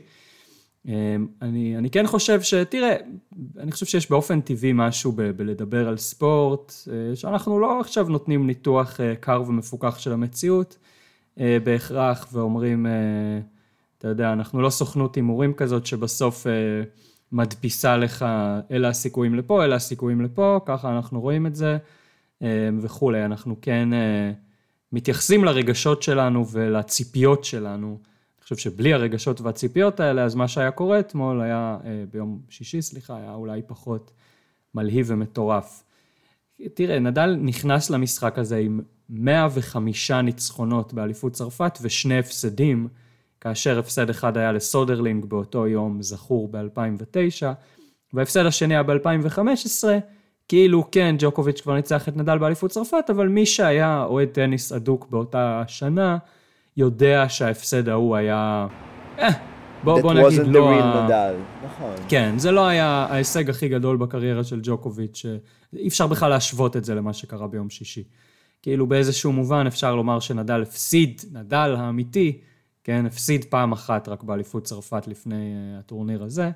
אני, אני כן חושב שתראה, אני חושב שיש באופן טבעי משהו ב, בלדבר על ספורט, שאנחנו לא עכשיו נותנים ניתוח קר ומפוקח של המציאות, בהכרח, ואומרים, אתה יודע, אנחנו לא סוכנות הימורים כזאת שבסוף מדפיסה לך, אלה הסיכויים לפה, אלה הסיכויים לפה, ככה אנחנו רואים את זה, וכו'. אנחנו כן מתייחסים לרגשות שלנו ולציפיות שלנו. אני חושב שבלי הרגשות והציפיות האלה, אז מה שהיה קורה אתמול היה, ביום שישי, סליחה, היה אולי פחות מלהיב ומטורף. תראה, נדל נכנס למשחק הזה עם מאה וחמישה ניצחונות באליפות צרפת ושני הפסדים, כאשר הפסד אחד היה לסודרלינג באותו יום זכור ב-אלפיים ותשע, וההפסד השני היה ב-אלפיים וחמש עשרה, כאילו כן, ג'וקוביץ' כבר ניצח את נדל באליפות צרפת, אבל מי שהיה אוהד טניס אדוק באותה שנה, יודע שההפסד ההוא היה, אה, בוא, בוא נגיד לא... נדל. נכון. כן, זה לא היה ההישג הכי גדול בקריירה של ג'וקוביץ', אי אפשר בכלל להשוות את זה למה שקרה ביום שישי. כאילו באיזשהו מובן אפשר לומר שנדל הפסיד, נדל האמיתי, כן, הפסיד פעם אחת רק באליפות צרפת לפני הטורניר הזה,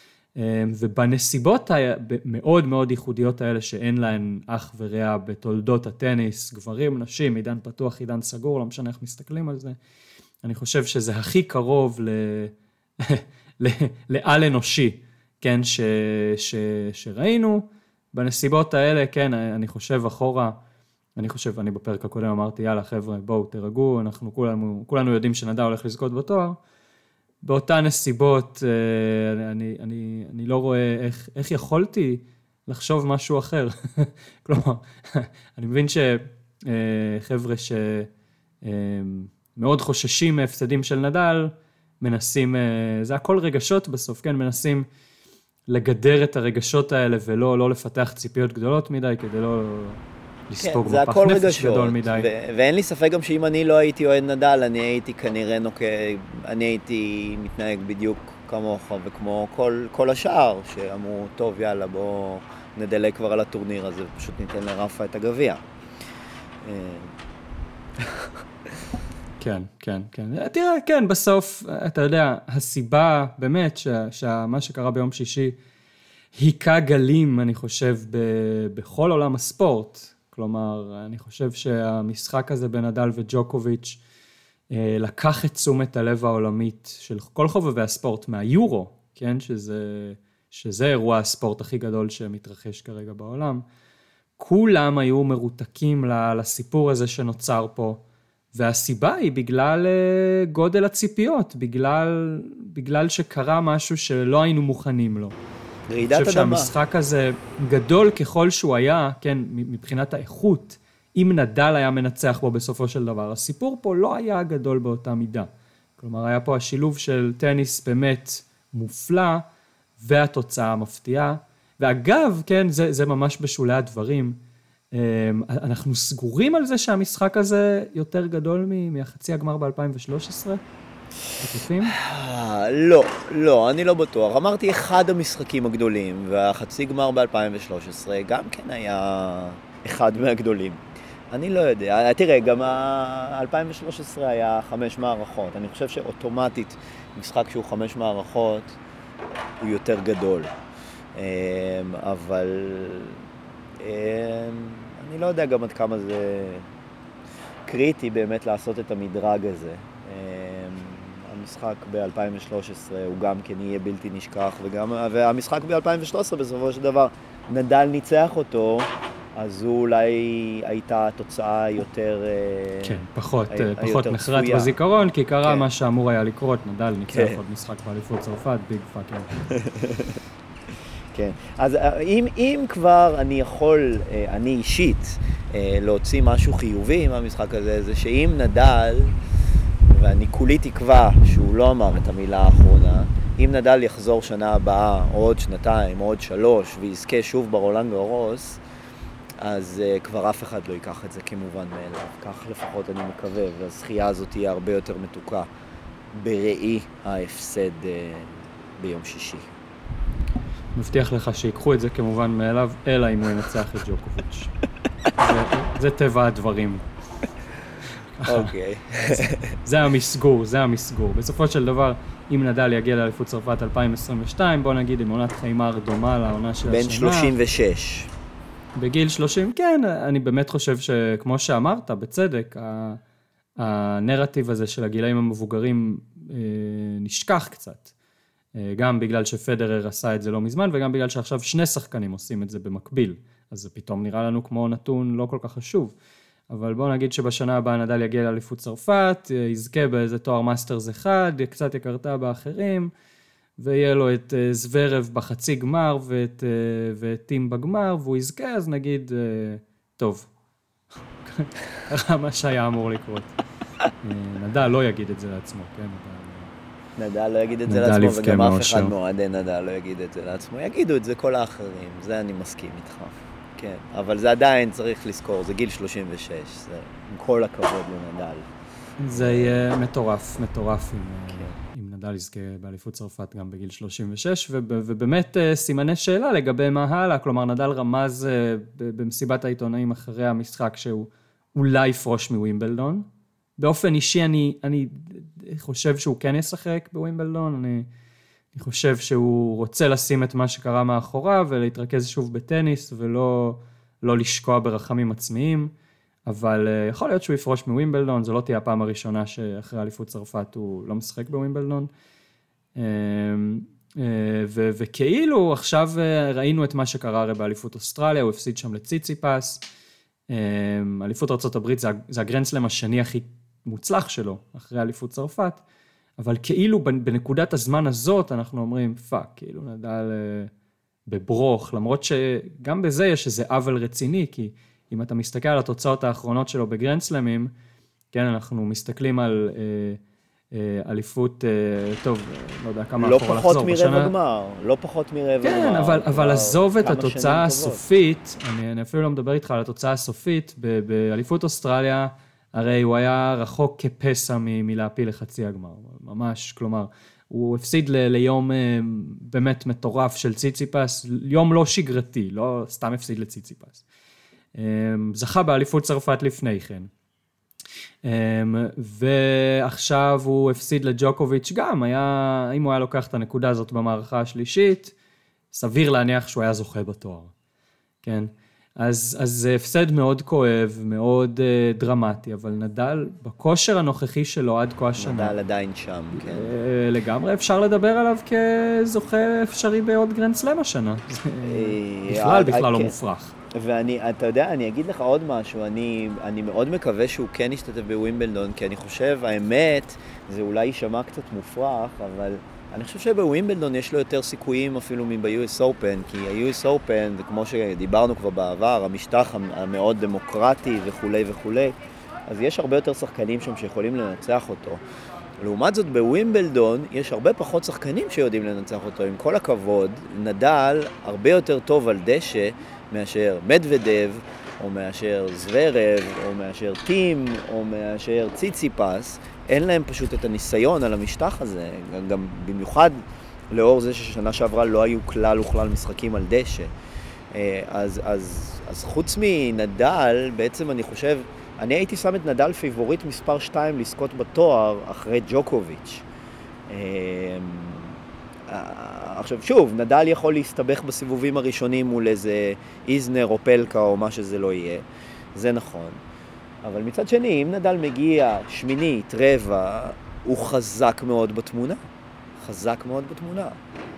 ובנסיבות המאוד מאוד ייחודיות האלה שאין להן אח ורע בתולדות הטניס, גברים, נשים, עידן פתוח, עידן סגור, לא משנה איך מסתכלים על זה, אני חושב שזה הכי קרוב ל... לעל אנושי, כן, ש... ש... שראינו, בנסיבות האלה, כן, אני חושב אחורה, אני חושב, אני בפרק הקודם אמרתי, יאללה חבר'ה, בואו תרגעו, אנחנו כולנו, כולנו יודעים שנדל הולך לזכות בתואר, באותן נסיבות, אני, אני, אני לא רואה איך, איך יכולתי לחשוב משהו אחר. כלומר, אני מבין שחבר'ה שמאוד חוששים מהפסדים של נדל, מנסים, זה הכל רגשות בסוף, כן, מנסים לגדר את הרגשות האלה ולא לא לפתח ציפיות גדולות מדי, כדי לא לספוג כן, מפח נפש גדול מדי. ו- ואין לי ספק גם שאם אני לא הייתי אוהד נדל, אני הייתי כנראה נוקה, אני הייתי מתנהג בדיוק כמוך וכמו כל, כל השאר, שאמרו, טוב יאללה בוא נדלג כבר על הטורניר הזה, פשוט ניתן לרפה את הגביע. כן, כן, כן. תראה, כן, בסוף, אתה יודע, הסיבה באמת שמה שקרה ביום שישי היכה גלים, אני חושב, ב- בכל עולם הספורט. כלומר, אני חושב שהמשחק הזה בין נדל וג'וקוביץ' לקח את תשומת הלב העולמית של כל חובבי הספורט מהיורו, כן, שזה, שזה אירוע הספורט הכי גדול שמתרחש כרגע בעולם, כולם היו מרותקים לסיפור הזה שנוצר פה, והסיבה היא בגלל גודל הציפיות, בגלל, בגלל שקרה משהו שלא היינו מוכנים לו. רעידת אדמה. אני חושב שהמשחק הזה גדול ככל שהוא היה, כן, מבחינת האיכות, אם נדל היה מנצח בו בסופו של דבר. הסיפור פה לא היה גדול באותה מידה. כלומר, היה פה השילוב של טניס באמת מופלא, והתוצאה המפתיעה. ואגב, כן, זה, זה ממש בשולי הדברים. אנחנו סגורים על זה שהמשחק הזה יותר גדול מהחצי הגמר ב-אלפיים ושלוש עשרה? בטוחים? לא, לא, אני לא בטוח. אמרתי אחד המשחקים הגדולים, והחצי גמר ב-אלפיים ושלוש עשרה גם כן היה אחד מהגדולים. אני לא יודע. תראה, גם ה-אלפיים ושלוש עשרה היה חמש מערכות. אני חושב שאוטומטית משחק שהוא חמש מערכות הוא יותר גדול. אבל אני לא יודע גם עד כמה זה קריטי באמת לעשות את המדרג הזה. המשחק ב-אלפיים ושלוש עשרה הוא גם כן יהיה בלתי נשכח, וגם, והמשחק ב-אלפיים ושלוש עשרה בסופו של דבר נדל ניצח אותו, אז הוא אולי הייתה תוצאה יותר... כן, פחות, פחות נחרט בזיכרון, כי קרה כן. מה שאמור היה לקרות, נדל ניצח כן. עוד משחק באליפות צרפת, ביג פאקר. כן, אז אם, אם כבר אני יכול, אני אישית, להוציא משהו חיובי מהמשחק הזה, זה שאם נדל, ואני כולי תקווה שהוא לא אמר את המילה האחרונה, אם נדל יחזור שנה הבאה, או עוד שנתיים, או עוד שלוש, ויזכה שוב ברולנד גארוס, אז uh, כבר אף אחד לא ייקח את זה כמובן מאליו. כך לפחות אני מקווה, והזכייה הזאת תהיה הרבה יותר מתוקה בראי ההפסד uh, ביום שישי. מבטיח לך שיקחו את זה כמובן מאליו, אלא אם הוא ינצח את ג'וקוביץ'. זה, זה טבע הדברים. אוקיי. זה המסגור, זה המסגור. בסופו של דבר, אם נדל יגיע לאליפות צרפת אלפיים עשרים ושתיים, בוא נגיד עם עונת חיימר דומה לעונה של השנה. בין שלושים ושש. בגיל שלושים, כן, אני באמת חושב שכמו שאמרת, בצדק, הנרטיב הזה של הגילאים המבוגרים נשכח קצת. גם בגלל שפדרר עשה את זה לא מזמן, וגם בגלל שעכשיו שני שחקנים עושים את זה במקביל. אז זה פתאום נראה לנו כמו נתון לא כל כך חשוב. אבל בואו נגיד שבשנה הבאה נדל יגיע לאליפות צרפת, יזכה באיזה תואר מאסטרס אחד, קצת יקרתה באחרים, ויהיה לו את זוורב בחצי גמר ואת, ואת טים בגמר, והוא יזכה, אז נגיד, טוב, קרה מה שהיה אמור לקרות. נדל לא יגיד את זה לעצמו, כן? נדל לא יגיד את זה לעצמו, וגם אף אחד מועדי נדל לא יגיד את זה לעצמו. יגידו את זה כל האחרים, זה אני מסכים איתך. כן, אבל זה עדיין צריך לזכור, זה גיל שלושים ושש, זה עם כל הכבוד לנדל. זה יהיה מטורף, מטורף אם, כן. אם נדל יזכה באליפות צרפת גם בגיל שלושים ושש, ובאמת סימני שאלה לגבי מה הלאה, כלומר נדל רמז במסיבת העיתונאים אחרי המשחק שהוא אולי יפרוש מווימבלדון. באופן אישי אני, אני חושב שהוא כן ישחק בווימבלדון, אני... אני חושב שהוא רוצה לשים את מה שקרה מאחוריו, ולהתרכז שוב בטניס, ולא לא לשקוע ברחמים עצמיים, אבל uh, יכול להיות שהוא יפרוש מווימבלדון, זו לא תהיה הפעם הראשונה שאחרי אליפות צרפת הוא לא משחק בווימבלדון, uh, uh, ו- וכאילו עכשיו uh, ראינו את מה שקרה הרי באליפות אוסטרליה, הוא הפסיד שם לציציפס, uh, אליפות ארצות הברית זה, זה הגרנדסלאם השני הכי מוצלח שלו, אחרי אליפות צרפת, אבל כאילו בנקודת הזמן הזאת אנחנו אומרים, פאק, כאילו נדל בברוך, למרות שגם בזה יש איזה עוול רציני, כי אם אתה מסתכל על התוצאות האחרונות שלו בגרנדסלמים, כן, אנחנו מסתכלים על אליפות, טוב, לא יודע כמה לא פחות מרבע גמר, לא פחות מרבע גמר. כן, אבל, אבל עזוב את התוצאה הסופית, אני, אני אפילו לא מדבר איתך על התוצאה הסופית, באליפות אוסטרליה, הרי הוא היה רחוק כפסע מ- מלהפיל לחצי הגמר, ממש, כלומר, הוא הפסיד ל- ליום באמת מטורף של ציציפס, יום לא שגרתי, לא סתם הפסיד לציציפס. זכה באליפות צרפת לפני כן. ועכשיו הוא הפסיד לג'וקוביץ' גם, היה, אם הוא היה לוקח את הנקודה הזאת במערכה השלישית, סביר להניח שהוא היה זוכה בתואר, כן? אז, אז זה הפסד מאוד כואב, מאוד uh, דרמטי, אבל נדל, בכושר הנוכחי שלו עד כה השנה. נדל עדיין שם, כן. Uh, לגמרי אפשר לדבר עליו כזוכה אפשרי בעוד גרנד סלאם השנה. בכלל, בכלל לא מופרך. ואני, אתה יודע, אני אגיד לך עוד משהו, אני, אני מאוד מקווה שהוא כן ישתתף בווימבלדון, כי אני חושב, האמת, זה אולי יישמע קצת מופרך, אבל אני חושב שבווימבלדון יש לו יותר סיכויים אפילו מב-יו אס Open, כי ה-יו אס Open, זה כמו שדיברנו כבר בעבר, המשטח המאוד דמוקרטי וכו' וכו', אז יש הרבה יותר שחקנים שם שיכולים לנצח אותו. לעומת זאת, בווימבלדון יש הרבה פחות שחקנים שיודעים לנצח אותו. עם כל הכבוד, נדל הרבה יותר טוב על דשא מאשר מדוודב, או מאשר זוורב, או מאשר טים, או מאשר ציציפס. אין להם פשוט את הניסיון על המשטח הזה, גם במיוחד לאור זה ששנה שעברה לא היו כלל וכלל משחקים על דשא. אז, אז, אז חוץ מנדל, בעצם אני חושב, אני הייתי שם את נדל פיבוריט מספר שתיים לזכות בתואר אחרי ג'וקוביץ'. עכשיו שוב, נדל יכול להסתבך בסיבובים הראשונים מול איזה איזנר או פלקה או מה שזה לא יהיה, זה נכון. אבל מצד שני, אם נדל מגיע שמינית, רבע, הוא חזק מאוד בתמונה. חזק מאוד בתמונה.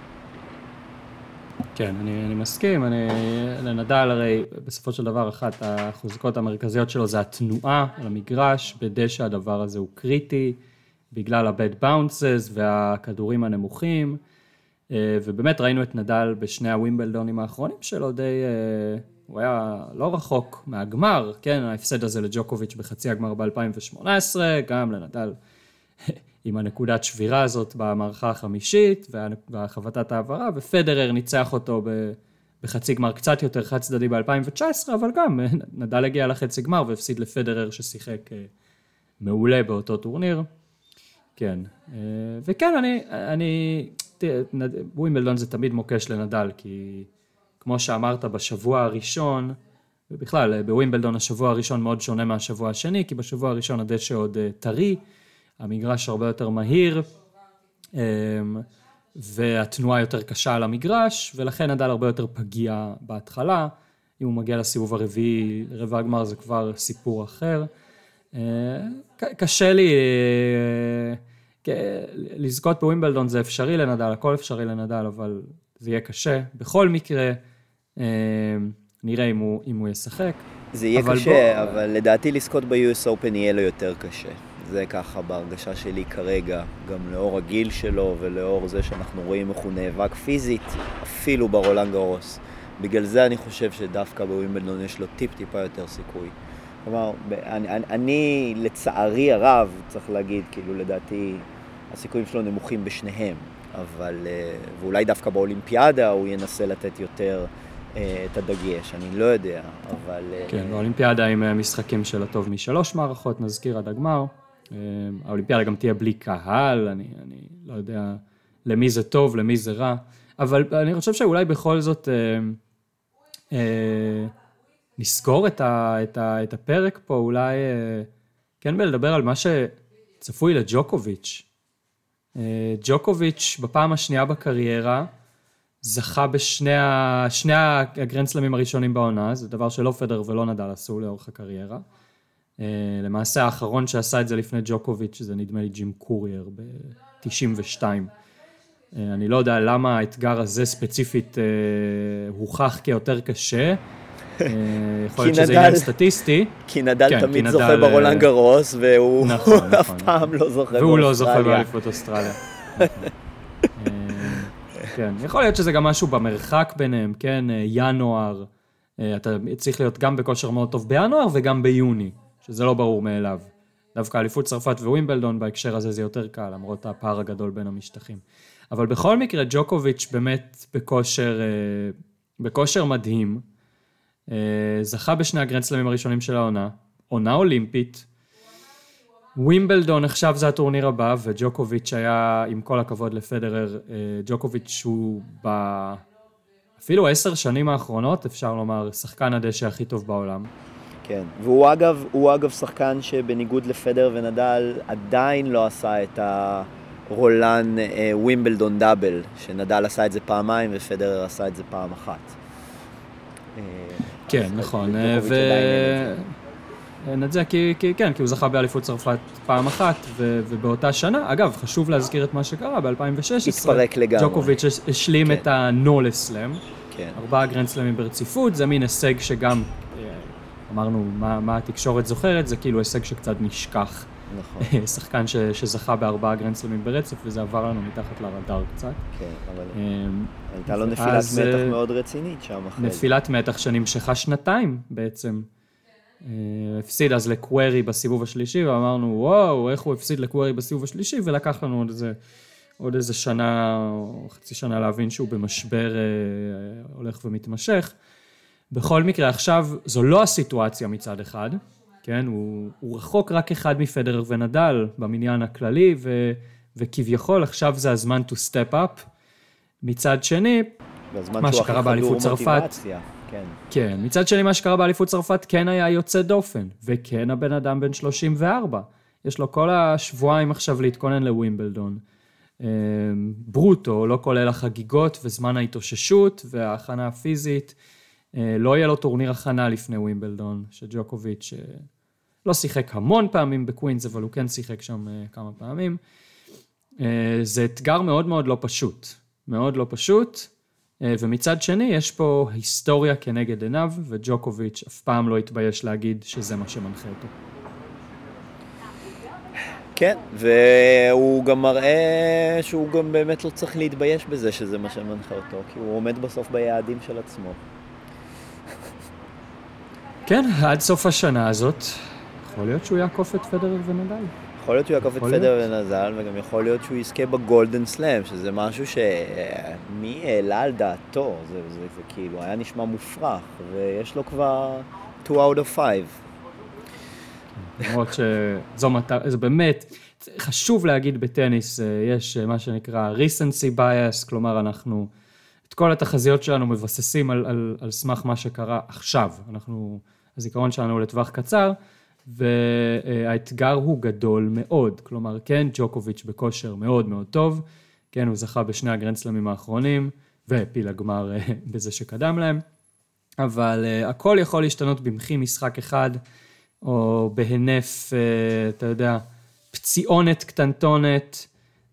כן, אני, אני מסכים. אני, לנדל הרי בסופו של דבר אחת החוזקות המרכזיות שלו זה התנועה על המגרש. בדשא הדבר הזה הוא קריטי, בגלל ה-bad bounces והכדורים הנמוכים. ובאמת ראינו את נדל בשני הווימבלדונים האחרונים שלו די... הוא היה לא רחוק מהגמר, כן, ההפסד הזה לג'וקוביץ' בחצי הגמר ב-אלפיים שמונה עשרה, גם לנדל עם הנקודת שבירה הזאת במערכה החמישית, והחבטת העברה, ופדרר ניצח אותו בחצי גמר קצת יותר חד צדדי ב-אלפיים תשע עשרה, אבל גם נדל הגיע לחצי גמר והפסיד לפדרר ששיחק מעולה באותו טורניר. כן, וכן, אני, אני, ווימבלדון זה תמיד מוקש לנדל, כי כמו שאמרת בשבוע הראשון, ובכלל בווימבלדון השבוע הראשון מאוד שונה מהשבוע השני, כי בשבוע הראשון הדשא עוד טרי, המגרש הרבה יותר מהיר, והתנועה יותר קשה על המגרש, ולכן נדל הרבה יותר פגיע בהתחלה. אם הוא מגיע לסיבוב הרביעי, רבע הגמר זה כבר סיפור אחר. קשה לי, לזכות בווימבלדון זה אפשרי לנדל, הכל אפשרי לנדל, אבל זה יהיה קשה. בכל מקרה, נראה אם הוא, אם הוא ישחק. זה יהיה קשה, בוא... אבל לדעתי לזכות ב-יו אס Open יהיה לו יותר קשה. זה ככה בהרגשה שלי כרגע, גם לאור הגיל שלו ולאור זה שאנחנו רואים איך הוא נאבק פיזית, אפילו ברולאן גארוס. בגלל זה אני חושב שדווקא בווימבלדון יש לו טיפ-טיפה יותר סיכוי. כלומר, אני, אני, אני לצערי הרב, צריך להגיד, כאילו לדעתי הסיכויים שלו נמוכים בשניהם, אבל, ואולי דווקא באולימפיאדה הוא ינסה לתת יותר את הדגש, אני לא יודע, אבל... כן, באולימפיאדה עם משחקים של הטוב משלוש מערכות, נזכיר עד הגמר. האולימפיאדה גם תהיה בלי קהל, אני, אני לא יודע למי זה טוב, למי זה רע, אבל אני חושב שאולי בכל זאת אה, אה, נסגור את, ה, את, ה, את הפרק פה, אולי אה, כן בלדבר על מה שצפוי לג'וקוביץ'. אה, ג'וקוביץ' בפעם השנייה בקריירה, זכה בשני ה, שני הגרנדסלמים הראשונים בעונה, זה דבר שלא פדר ולא נדל עשו לאורך הקריירה. למעשה האחרון שעשה את זה לפני ג'וקוביץ' זה נדמה לי ג'ים קורייר ב-תשעים ושתיים. אני לא יודע למה האתגר הזה ספציפית הוכח כיותר קשה. יכול להיות שזה עניין סטטיסטי. כי נדל תמיד זוכה ברולאן גארוס והוא אף פעם לא זוכה באוסטרליה. והוא לא זוכה באליפות אוסטרליה. כן, יכול להיות שזה גם משהו במרחק ביניהם, כן, ינואר, אתה צריך להיות גם בכושר מאוד טוב בינואר וגם ביוני, שזה לא ברור מאליו. דווקא אליפות צרפת ווימבלדון בהקשר הזה זה יותר קל, למרות הפער הגדול בין המשטחים. אבל בכל מקרה, ג'וקוביץ' באמת בכושר, בכושר מדהים, זכה בשני הגרנדסלמים הראשונים של העונה, עונה אולימפית, ווימבלדון עכשיו זה הטורניר הבא, וג'וקוביץ' היה, עם כל הכבוד לפדרר, ג'וקוביץ' הוא ב... אפילו עשר שנים האחרונות, אפשר לומר, שחקן הדשא הכי טוב בעולם. כן, והוא אגב, הוא אגב שחקן שבניגוד לפדר ונדל, עדיין לא עשה את הרולאן ווימבלדון דאבל, שנדל עשה את זה פעמיים ופדרר עשה את זה פעם אחת. כן, נכון. וג'וקוביץ' עדיין אין את זה כי, כי, כן, כי הוא זכה באליפות צרפת פעם אחת, ו, ובאותה שנה, אגב, חשוב להזכיר את מה שקרה, ב-אלפיים ושש עשרה, התפרק לגמרי. ג'וקוביץ' השלים כן. את הנולס סלאם, כן. ארבעה גרנד סלאמים ברציפות, זה מין הישג שגם, אמרנו, מה, מה התקשורת זוכרת, זה כאילו הישג שקצת נשכח. נכון. שחקן ש, שזכה בארבעה גרנד סלאמים ברצף, וזה עבר לנו מתחת לרדאר קצת. כן, אבל הייתה לו נפילת מתח מאוד רצינית שם אחרי. נפילת מתח שנמשכה שנתיים בעצם. הפסיד אז לקווירי בסיבוב השלישי, ואמרנו, וואו, איך הוא הפסיד לקווירי בסיבוב השלישי, ולקח לנו עוד איזה, עוד איזה שנה, או חצי שנה להבין שהוא במשבר אה, הולך ומתמשך. בכל מקרה, עכשיו, זו לא הסיטואציה מצד אחד, כן? הוא, הוא רחוק רק אחד מפדרר ונדל במניין הכללי, ו, וכביכול עכשיו זה הזמן to step up. מצד שני, מה שקרה באליפות צרפת, כן. כן, מצד שני מה שקרה באליפות צרפת כן היה יוצא דופן, וכן הבן אדם בן שלושים וארבע. יש לו כל השבועיים עכשיו להתכונן לווימבלדון. ברוטו, לא כולל החגיגות וזמן ההתאוששות וההכנה הפיזית. לא יהיה לו טורניר הכנה לפני ווימבלדון, שג'וקוביץ' לא שיחק המון פעמים בקווינס, אבל הוא כן שיחק שם כמה פעמים. זה אתגר מאוד מאוד לא פשוט. מאוד לא פשוט. ומצד שני, יש פה היסטוריה כנגד עיניו, וג'וקוביץ' אף פעם לא התבייש להגיד שזה מה שמנחה אותו. כן, והוא גם מראה שהוא גם באמת לא צריך להתבייש בזה שזה מה שמנחה אותו, כי הוא עומד בסוף ביעדים של עצמו. כן, עד סוף השנה הזאת, יכול להיות שהוא יעקוף את פדרר ונדל. יכול להיות שהוא יעקוף את פדרר ונדל, וגם יכול להיות שהוא יזכה בגולדן סלאם, שזה משהו שמי העלה על דעתו, זה, זה, זה, זה כאילו היה נשמע מופרך, ויש לו כבר two out of five. למרות שזו מטרה, זה באמת, חשוב להגיד בטניס, יש מה שנקרא recency bias, כלומר אנחנו, את כל התחזיות שלנו מבססים על, על, על סמך מה שקרה עכשיו, אנחנו, הזיכרון שלנו לטווח קצר, והאתגר הוא גדול מאוד, כלומר, כן, ג'וקוביץ' בכושר מאוד מאוד טוב, כן, הוא זכה בשני הגרנדסלמים האחרונים, והפיל הגמר בזה שקדם להם, אבל הכל יכול להשתנות במחי משחק אחד, או בהנף, אתה יודע, פציעונת קטנטונת,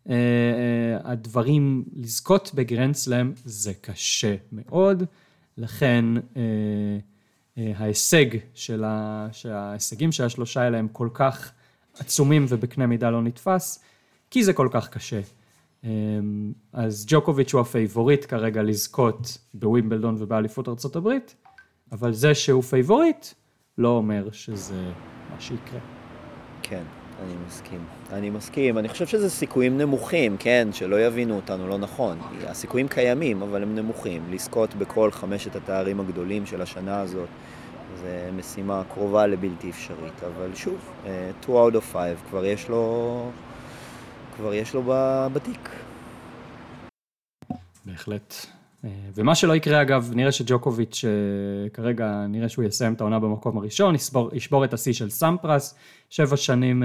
הדברים לזכות בגרנדסלם זה קשה מאוד, לכן ההישג של ה... שההישגים של השלושה האלה הם כל כך עצומים ובקנה מידה לא נתפס, כי זה כל כך קשה. אז ג'וקוביץ' הוא הפייבוריט כרגע לזכות בווימבלדון ובאליפות ארצות הברית, אבל זה שהוא פייבוריט לא אומר שזה מה שיקרה. כן, אני מסכים. אני מסכים. אני חושב שזה סיכויים נמוכים, כן, שלא יבינו אותנו לא נכון. הסיכויים קיימים, אבל הם נמוכים. לזכות בכל חמשת התארים הגדולים של השנה הזאת, זה משימה קרובה לבלתי אפשרית. אבל שוב, two out of five, כבר יש לו, כבר יש לו בתיק. בהחלט. ומה שלא יקרה, אגב, נראה שג'וקוביץ' כרגע, נראה שהוא יסיים את העונה במקום הראשון, ישבור, ישבור את השיא של סמפרס, שבע שנים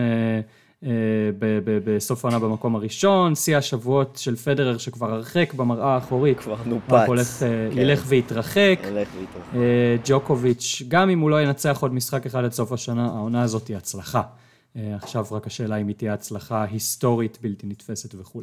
בסוף העונה במקום הראשון, שיא השבועות של פדרר שכבר הרחק במראה האחורית, כבר נופץ, הולך, כן. ילך ויתרחק, ילך ויתרחק. ג'וקוביץ', גם אם הוא לא ינצח עוד משחק אחד עד סוף השנה, העונה הזאת היא הצלחה. עכשיו רק השאלה אם היא תהיה הצלחה היסטורית, בלתי נתפסת וכו'.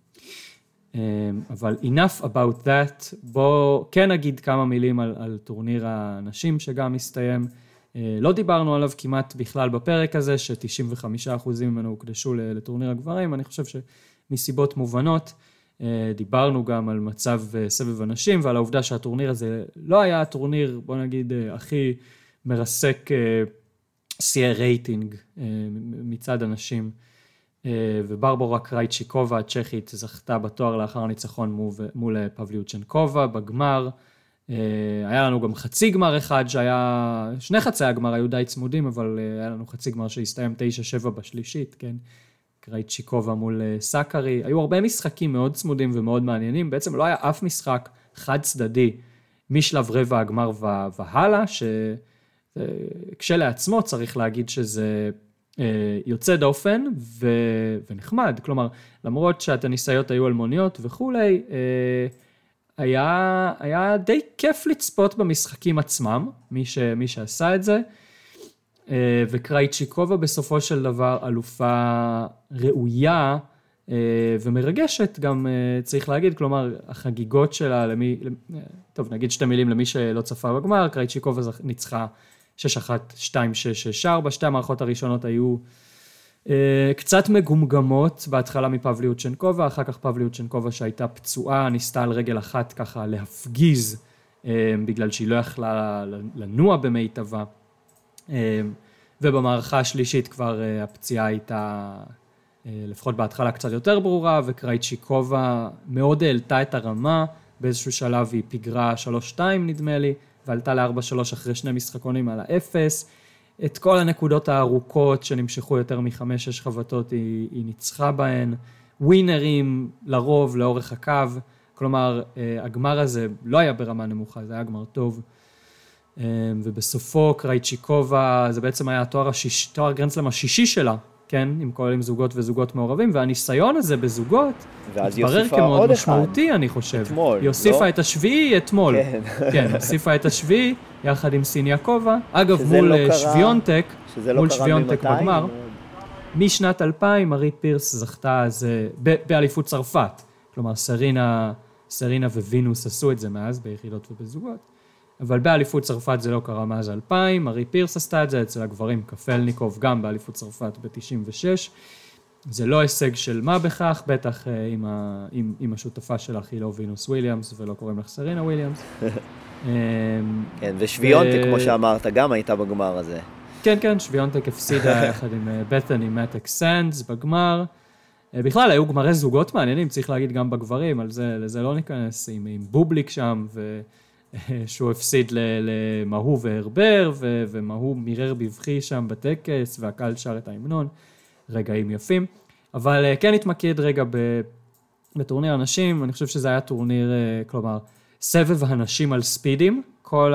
אבל enough about that, בוא כן נגיד כמה מילים על, על טורניר הנשים שגם מסתיים. לא דיברנו עליו כמעט בכלל בפרק הזה, ש-תשעים וחמישה אחוז ממנו הוקדשו לטורניר הגברים, אני חושב שמסיבות מובנות, דיברנו גם על מצב סבב הנשים, ועל העובדה שהטורניר הזה לא היה הטורניר, בוא נגיד, הכי מרסק שיאי רייטינג מצד הנשים, וברבורה קרייצ'יקובה הצ'כית זכתה בתואר לאחר הניצחון מול פבליוצ'נקובה בגמר. היה לנו גם חצי גמר אחד שהיה, שני חצי הגמר היו די צמודים, אבל היה לנו חצי גמר שהסתיים תשע שבע בשלישית, כן? קרייצ'יקובה מול סאקרי. היו הרבה משחקים מאוד צמודים ומאוד מעניינים, בעצם לא היה אף משחק חד צדדי משלב רבע הגמר והלאה, שכשלעצמו צריך להגיד שזה יוצא דופן ו... ונחמד, כלומר, למרות שהטניסאיות היו אלמוניות וכולי, היה, היה די כיף לצפות במשחקים עצמם, מי, ש, מי שעשה את זה, וקרייצ'יקובה בסופו של דבר אלופה ראויה ומרגשת, גם צריך להגיד, כלומר, החגיגות שלה, למי, טוב, נגיד שתי מילים למי שלא צפה בגמר, קרייצ'יקובה ניצחה שש אחת, שתיים שש, שש ארבע, שתי המערכות הראשונות היו קצת מגומגמות, בהתחלה מפבליוצ'נקובה, אחר כך פבליוצ'נקובה שהייתה פצועה, ניסתה על רגל אחת ככה להפגיז, בגלל שהיא לא יכלה לנוע במיטבה, ובמערכה השלישית כבר הפציעה הייתה, לפחות בהתחלה קצת יותר ברורה, וקרייצ'יקובה מאוד העלתה את הרמה, באיזשהו שלב היא פיגרה שלוש שתיים נדמה לי, ועלתה ל-ארבע שלוש אחרי שני משחקונים על האפס, את כל הנקודות הארוכות שנמשכו יותר מחמש שש חבטות היא, היא ניצחה בהן, ווינרים לרוב לאורך הקו, כלומר הגמר הזה לא היה ברמה נמוכה, זה היה גמר טוב, ובסופו קרייצ'יקובה זה בעצם היה התואר השיש, תואר גרנדסלאם השישי שלה, כן, עם כוללים זוגות וזוגות מעורבים, והניסיון הזה בזוגות התברר כמאוד משמעותי, אני חושב. אתמול, היא הוסיפה לא? את השביעי אתמול. כן. כן, הוסיפה את השביעי, יחד עם סיניאקובה. אגב, מול לא קרה, שוויונטק, לא מול שוויונטק בגמר. או... משנת אלפיים, מארי פירס זכתה אז, באליפות צרפת. כלומר, סרינה, סרינה ווינוס עשו את זה מאז, ביחידות ובזוגות. אבל באליפות צרפת זה לא קרה מאז אלפיים, מארי פירס עשתה את זה אצל הגברים, קפלניקוב גם באליפות צרפת ב-תשעים ושש. זה לא הישג של מה בכך, בטח עם, ה, עם, עם השותפה שלך היא לא וינוס וויליאמס, ולא קוראים לך סרינה וויליאמס. כן, ושוויונטק, כמו שאמרת, גם הייתה בגמר הזה. כן, כן, שוויונטק הפסידה יחד עם בטני מתק סנדס בגמר. בכלל, היו גמרי זוגות מעניינים, צריך להגיד גם בגברים, על זה, לזה לא ניכנס, עם, עם בובליק שם, ו... שהוא הפסיד למהו והרבר, ומהו מירר בבחי שם בטקס, והקהל שר את ההמנון, רגעים יפים. אבל כן התמקד רגע בטורניר הנשים, אני חושב שזה היה טורניר, כלומר, סבב הנשים על ספידים, כל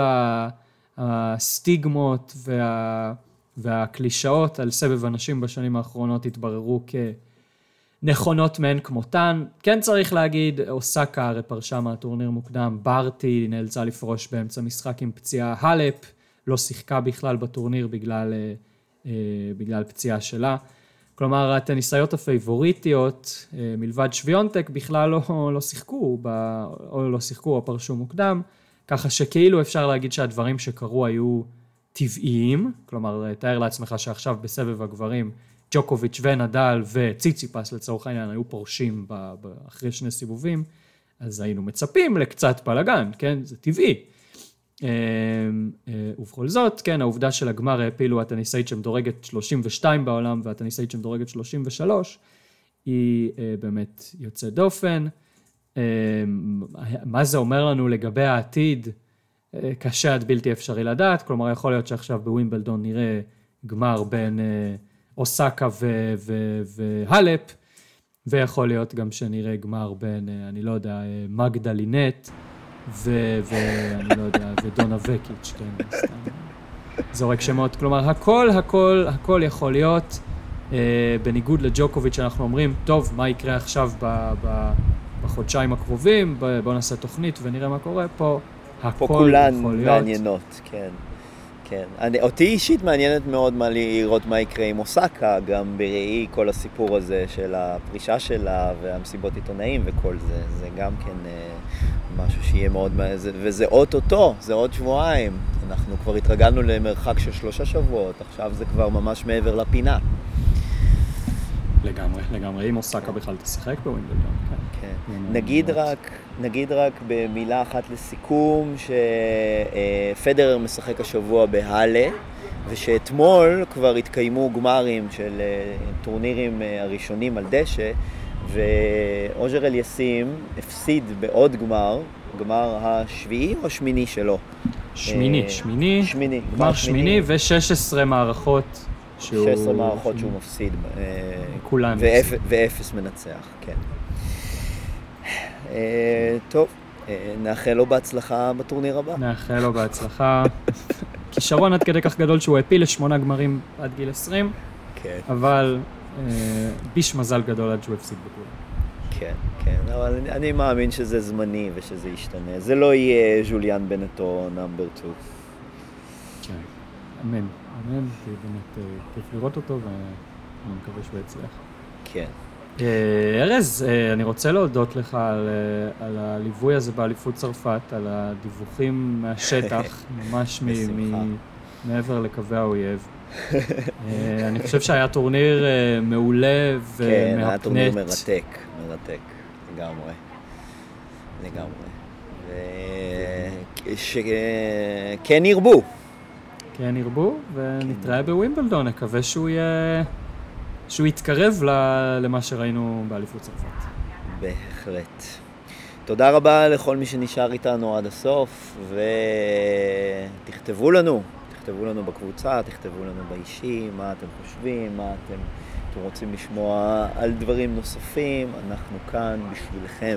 הסטיגמות וה, והקלישאות על סבב הנשים בשנים האחרונות התבררו כ... נכונות מהן כמותן, כן צריך להגיד, אוסקה הרי פרשה מהטורניר מוקדם, ברטי נאלצה לפרוש באמצע משחק עם פציעה, הלפ לא שיחקה בכלל בטורניר בגלל, אה, בגלל פציעה שלה, כלומר הטניסאיות הפייבוריטיות, אה, מלבד שוויונטק, בכלל לא, לא שיחקו, ב, או לא שיחקו או פרשו מוקדם, ככה שכאילו אפשר להגיד שהדברים שקרו היו טבעיים, כלומר תאר לעצמך שעכשיו בסבב הגברים, ג'וקוביץ' ונדל וציציפס לצורך העניין היו פורשים ב- ב- אחרי שני סיבובים, אז היינו מצפים לקצת בלגן, כן? זה טבעי. ובכל זאת, כן, העובדה של הגמר העפילו הטניסאית שמדורגת שלושים ושתיים בעולם, והטניסאית שמדורגת שלושים ושלוש, היא באמת יוצאת דופן. מה זה אומר לנו לגבי העתיד? קשה עד בלתי אפשרי לדעת, כלומר יכול להיות שעכשיו בווימבלדון נראה גמר בין... אוסקה ו- ו- והלפ, ויכול להיות גם שנראה גמר בין, אני לא יודע, מגדה לינט, ו- ואני לא יודע, ודונה וקיץ', כן, סתם. זורק שמות, כלומר, הכל, הכל, הכל יכול להיות, אה, בניגוד לג'וקוביץ' שאנחנו אומרים, טוב, מה יקרה עכשיו ב- ב- בחודשיים הקרובים, בואו נעשה תוכנית ונראה מה קורה פה, הכל פה כולן יכול להיות. מעניינות, כן. כן, אני, אותי אישית מעניינת מאוד מה לראות מה יקרה עם אוסקה, גם בראי כל הסיפור הזה של הפרישה שלה והמסיבות עיתונאים וכל זה, זה גם כן אה, משהו שיהיה מאוד, זה, וזה אוטוטו, זה עוד שבועיים, אנחנו כבר התרגלנו למרחק של שלושה שבועות, עכשיו זה כבר ממש מעבר לפינה. לגמרי, לגמרי, אם אוסקה בכלל תשחק בווימבלדון, כן. כן. נגיד רק, נגיד רק במילה אחת לסיכום, שפדרר משחק השבוע בהלה, ושאתמול כבר התקיימו גמרים של טורנירים הראשונים על דשא, ואוז'ר אליאסים הפסיד בעוד גמר, גמר השביעי או השמיני שלו? שמיני, שמיני, שמיני, גמר שמיני ו-שש עשרה מערכות. שש עשרה מערכות שהוא מפסיד, כולן ואפס מנצח, כן. טוב, נאחל לו בהצלחה בטורניר הבא. נאחל לו בהצלחה. כישרון עד כדי כך גדול שהוא הפיל לשמונה גמרים עד גיל עשרים, אבל ביש מזל גדול עד שהוא הפסיד בכולם. כן, כן, אבל אני, אני מאמין שזה זמני ושזה ישתנה. זה לא יהיה ז'וליאן בנטו נאמבר טו. כן, אמן, אמן, זה באמת כיף לראות אותו ואני מקווה שהוא יצליח. כן. ארז, אני רוצה להודות לך על, על הליווי הזה באליפות צרפת, על הדיווחים מהשטח, ממש מ- מ- מעבר לקווי האויב. אני חושב שהיה טורניר מעולה ומהפנט. כן, היה טורניר מרתק, מרתק, לגמרי, לגמרי. שכן ירבו. כן ירבו, ונתראה בווימבלדון, נקווה שהוא יהיה... שהוא יתקרב למה שראינו באליפות צרפת. בהחלט. תודה רבה לכל מי שנשאר איתנו עד הסוף, ותכתבו לנו, תכתבו לנו בקבוצה, תכתבו לנו באישי, מה אתם חושבים, מה אתם, אתם רוצים לשמוע על דברים נוספים, אנחנו כאן בשבילכם.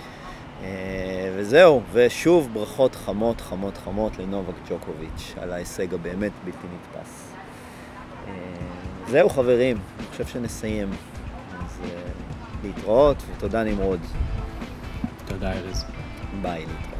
וזהו, ושוב ברכות חמות חמות חמות לנובק ג'וקוביץ' על ההישג הבאמת בלתי נתפס. זהו חברים, אני חושב שנסיים. אז להתראות ותודה נמרוד. תודה ארז. ביי, להתראות.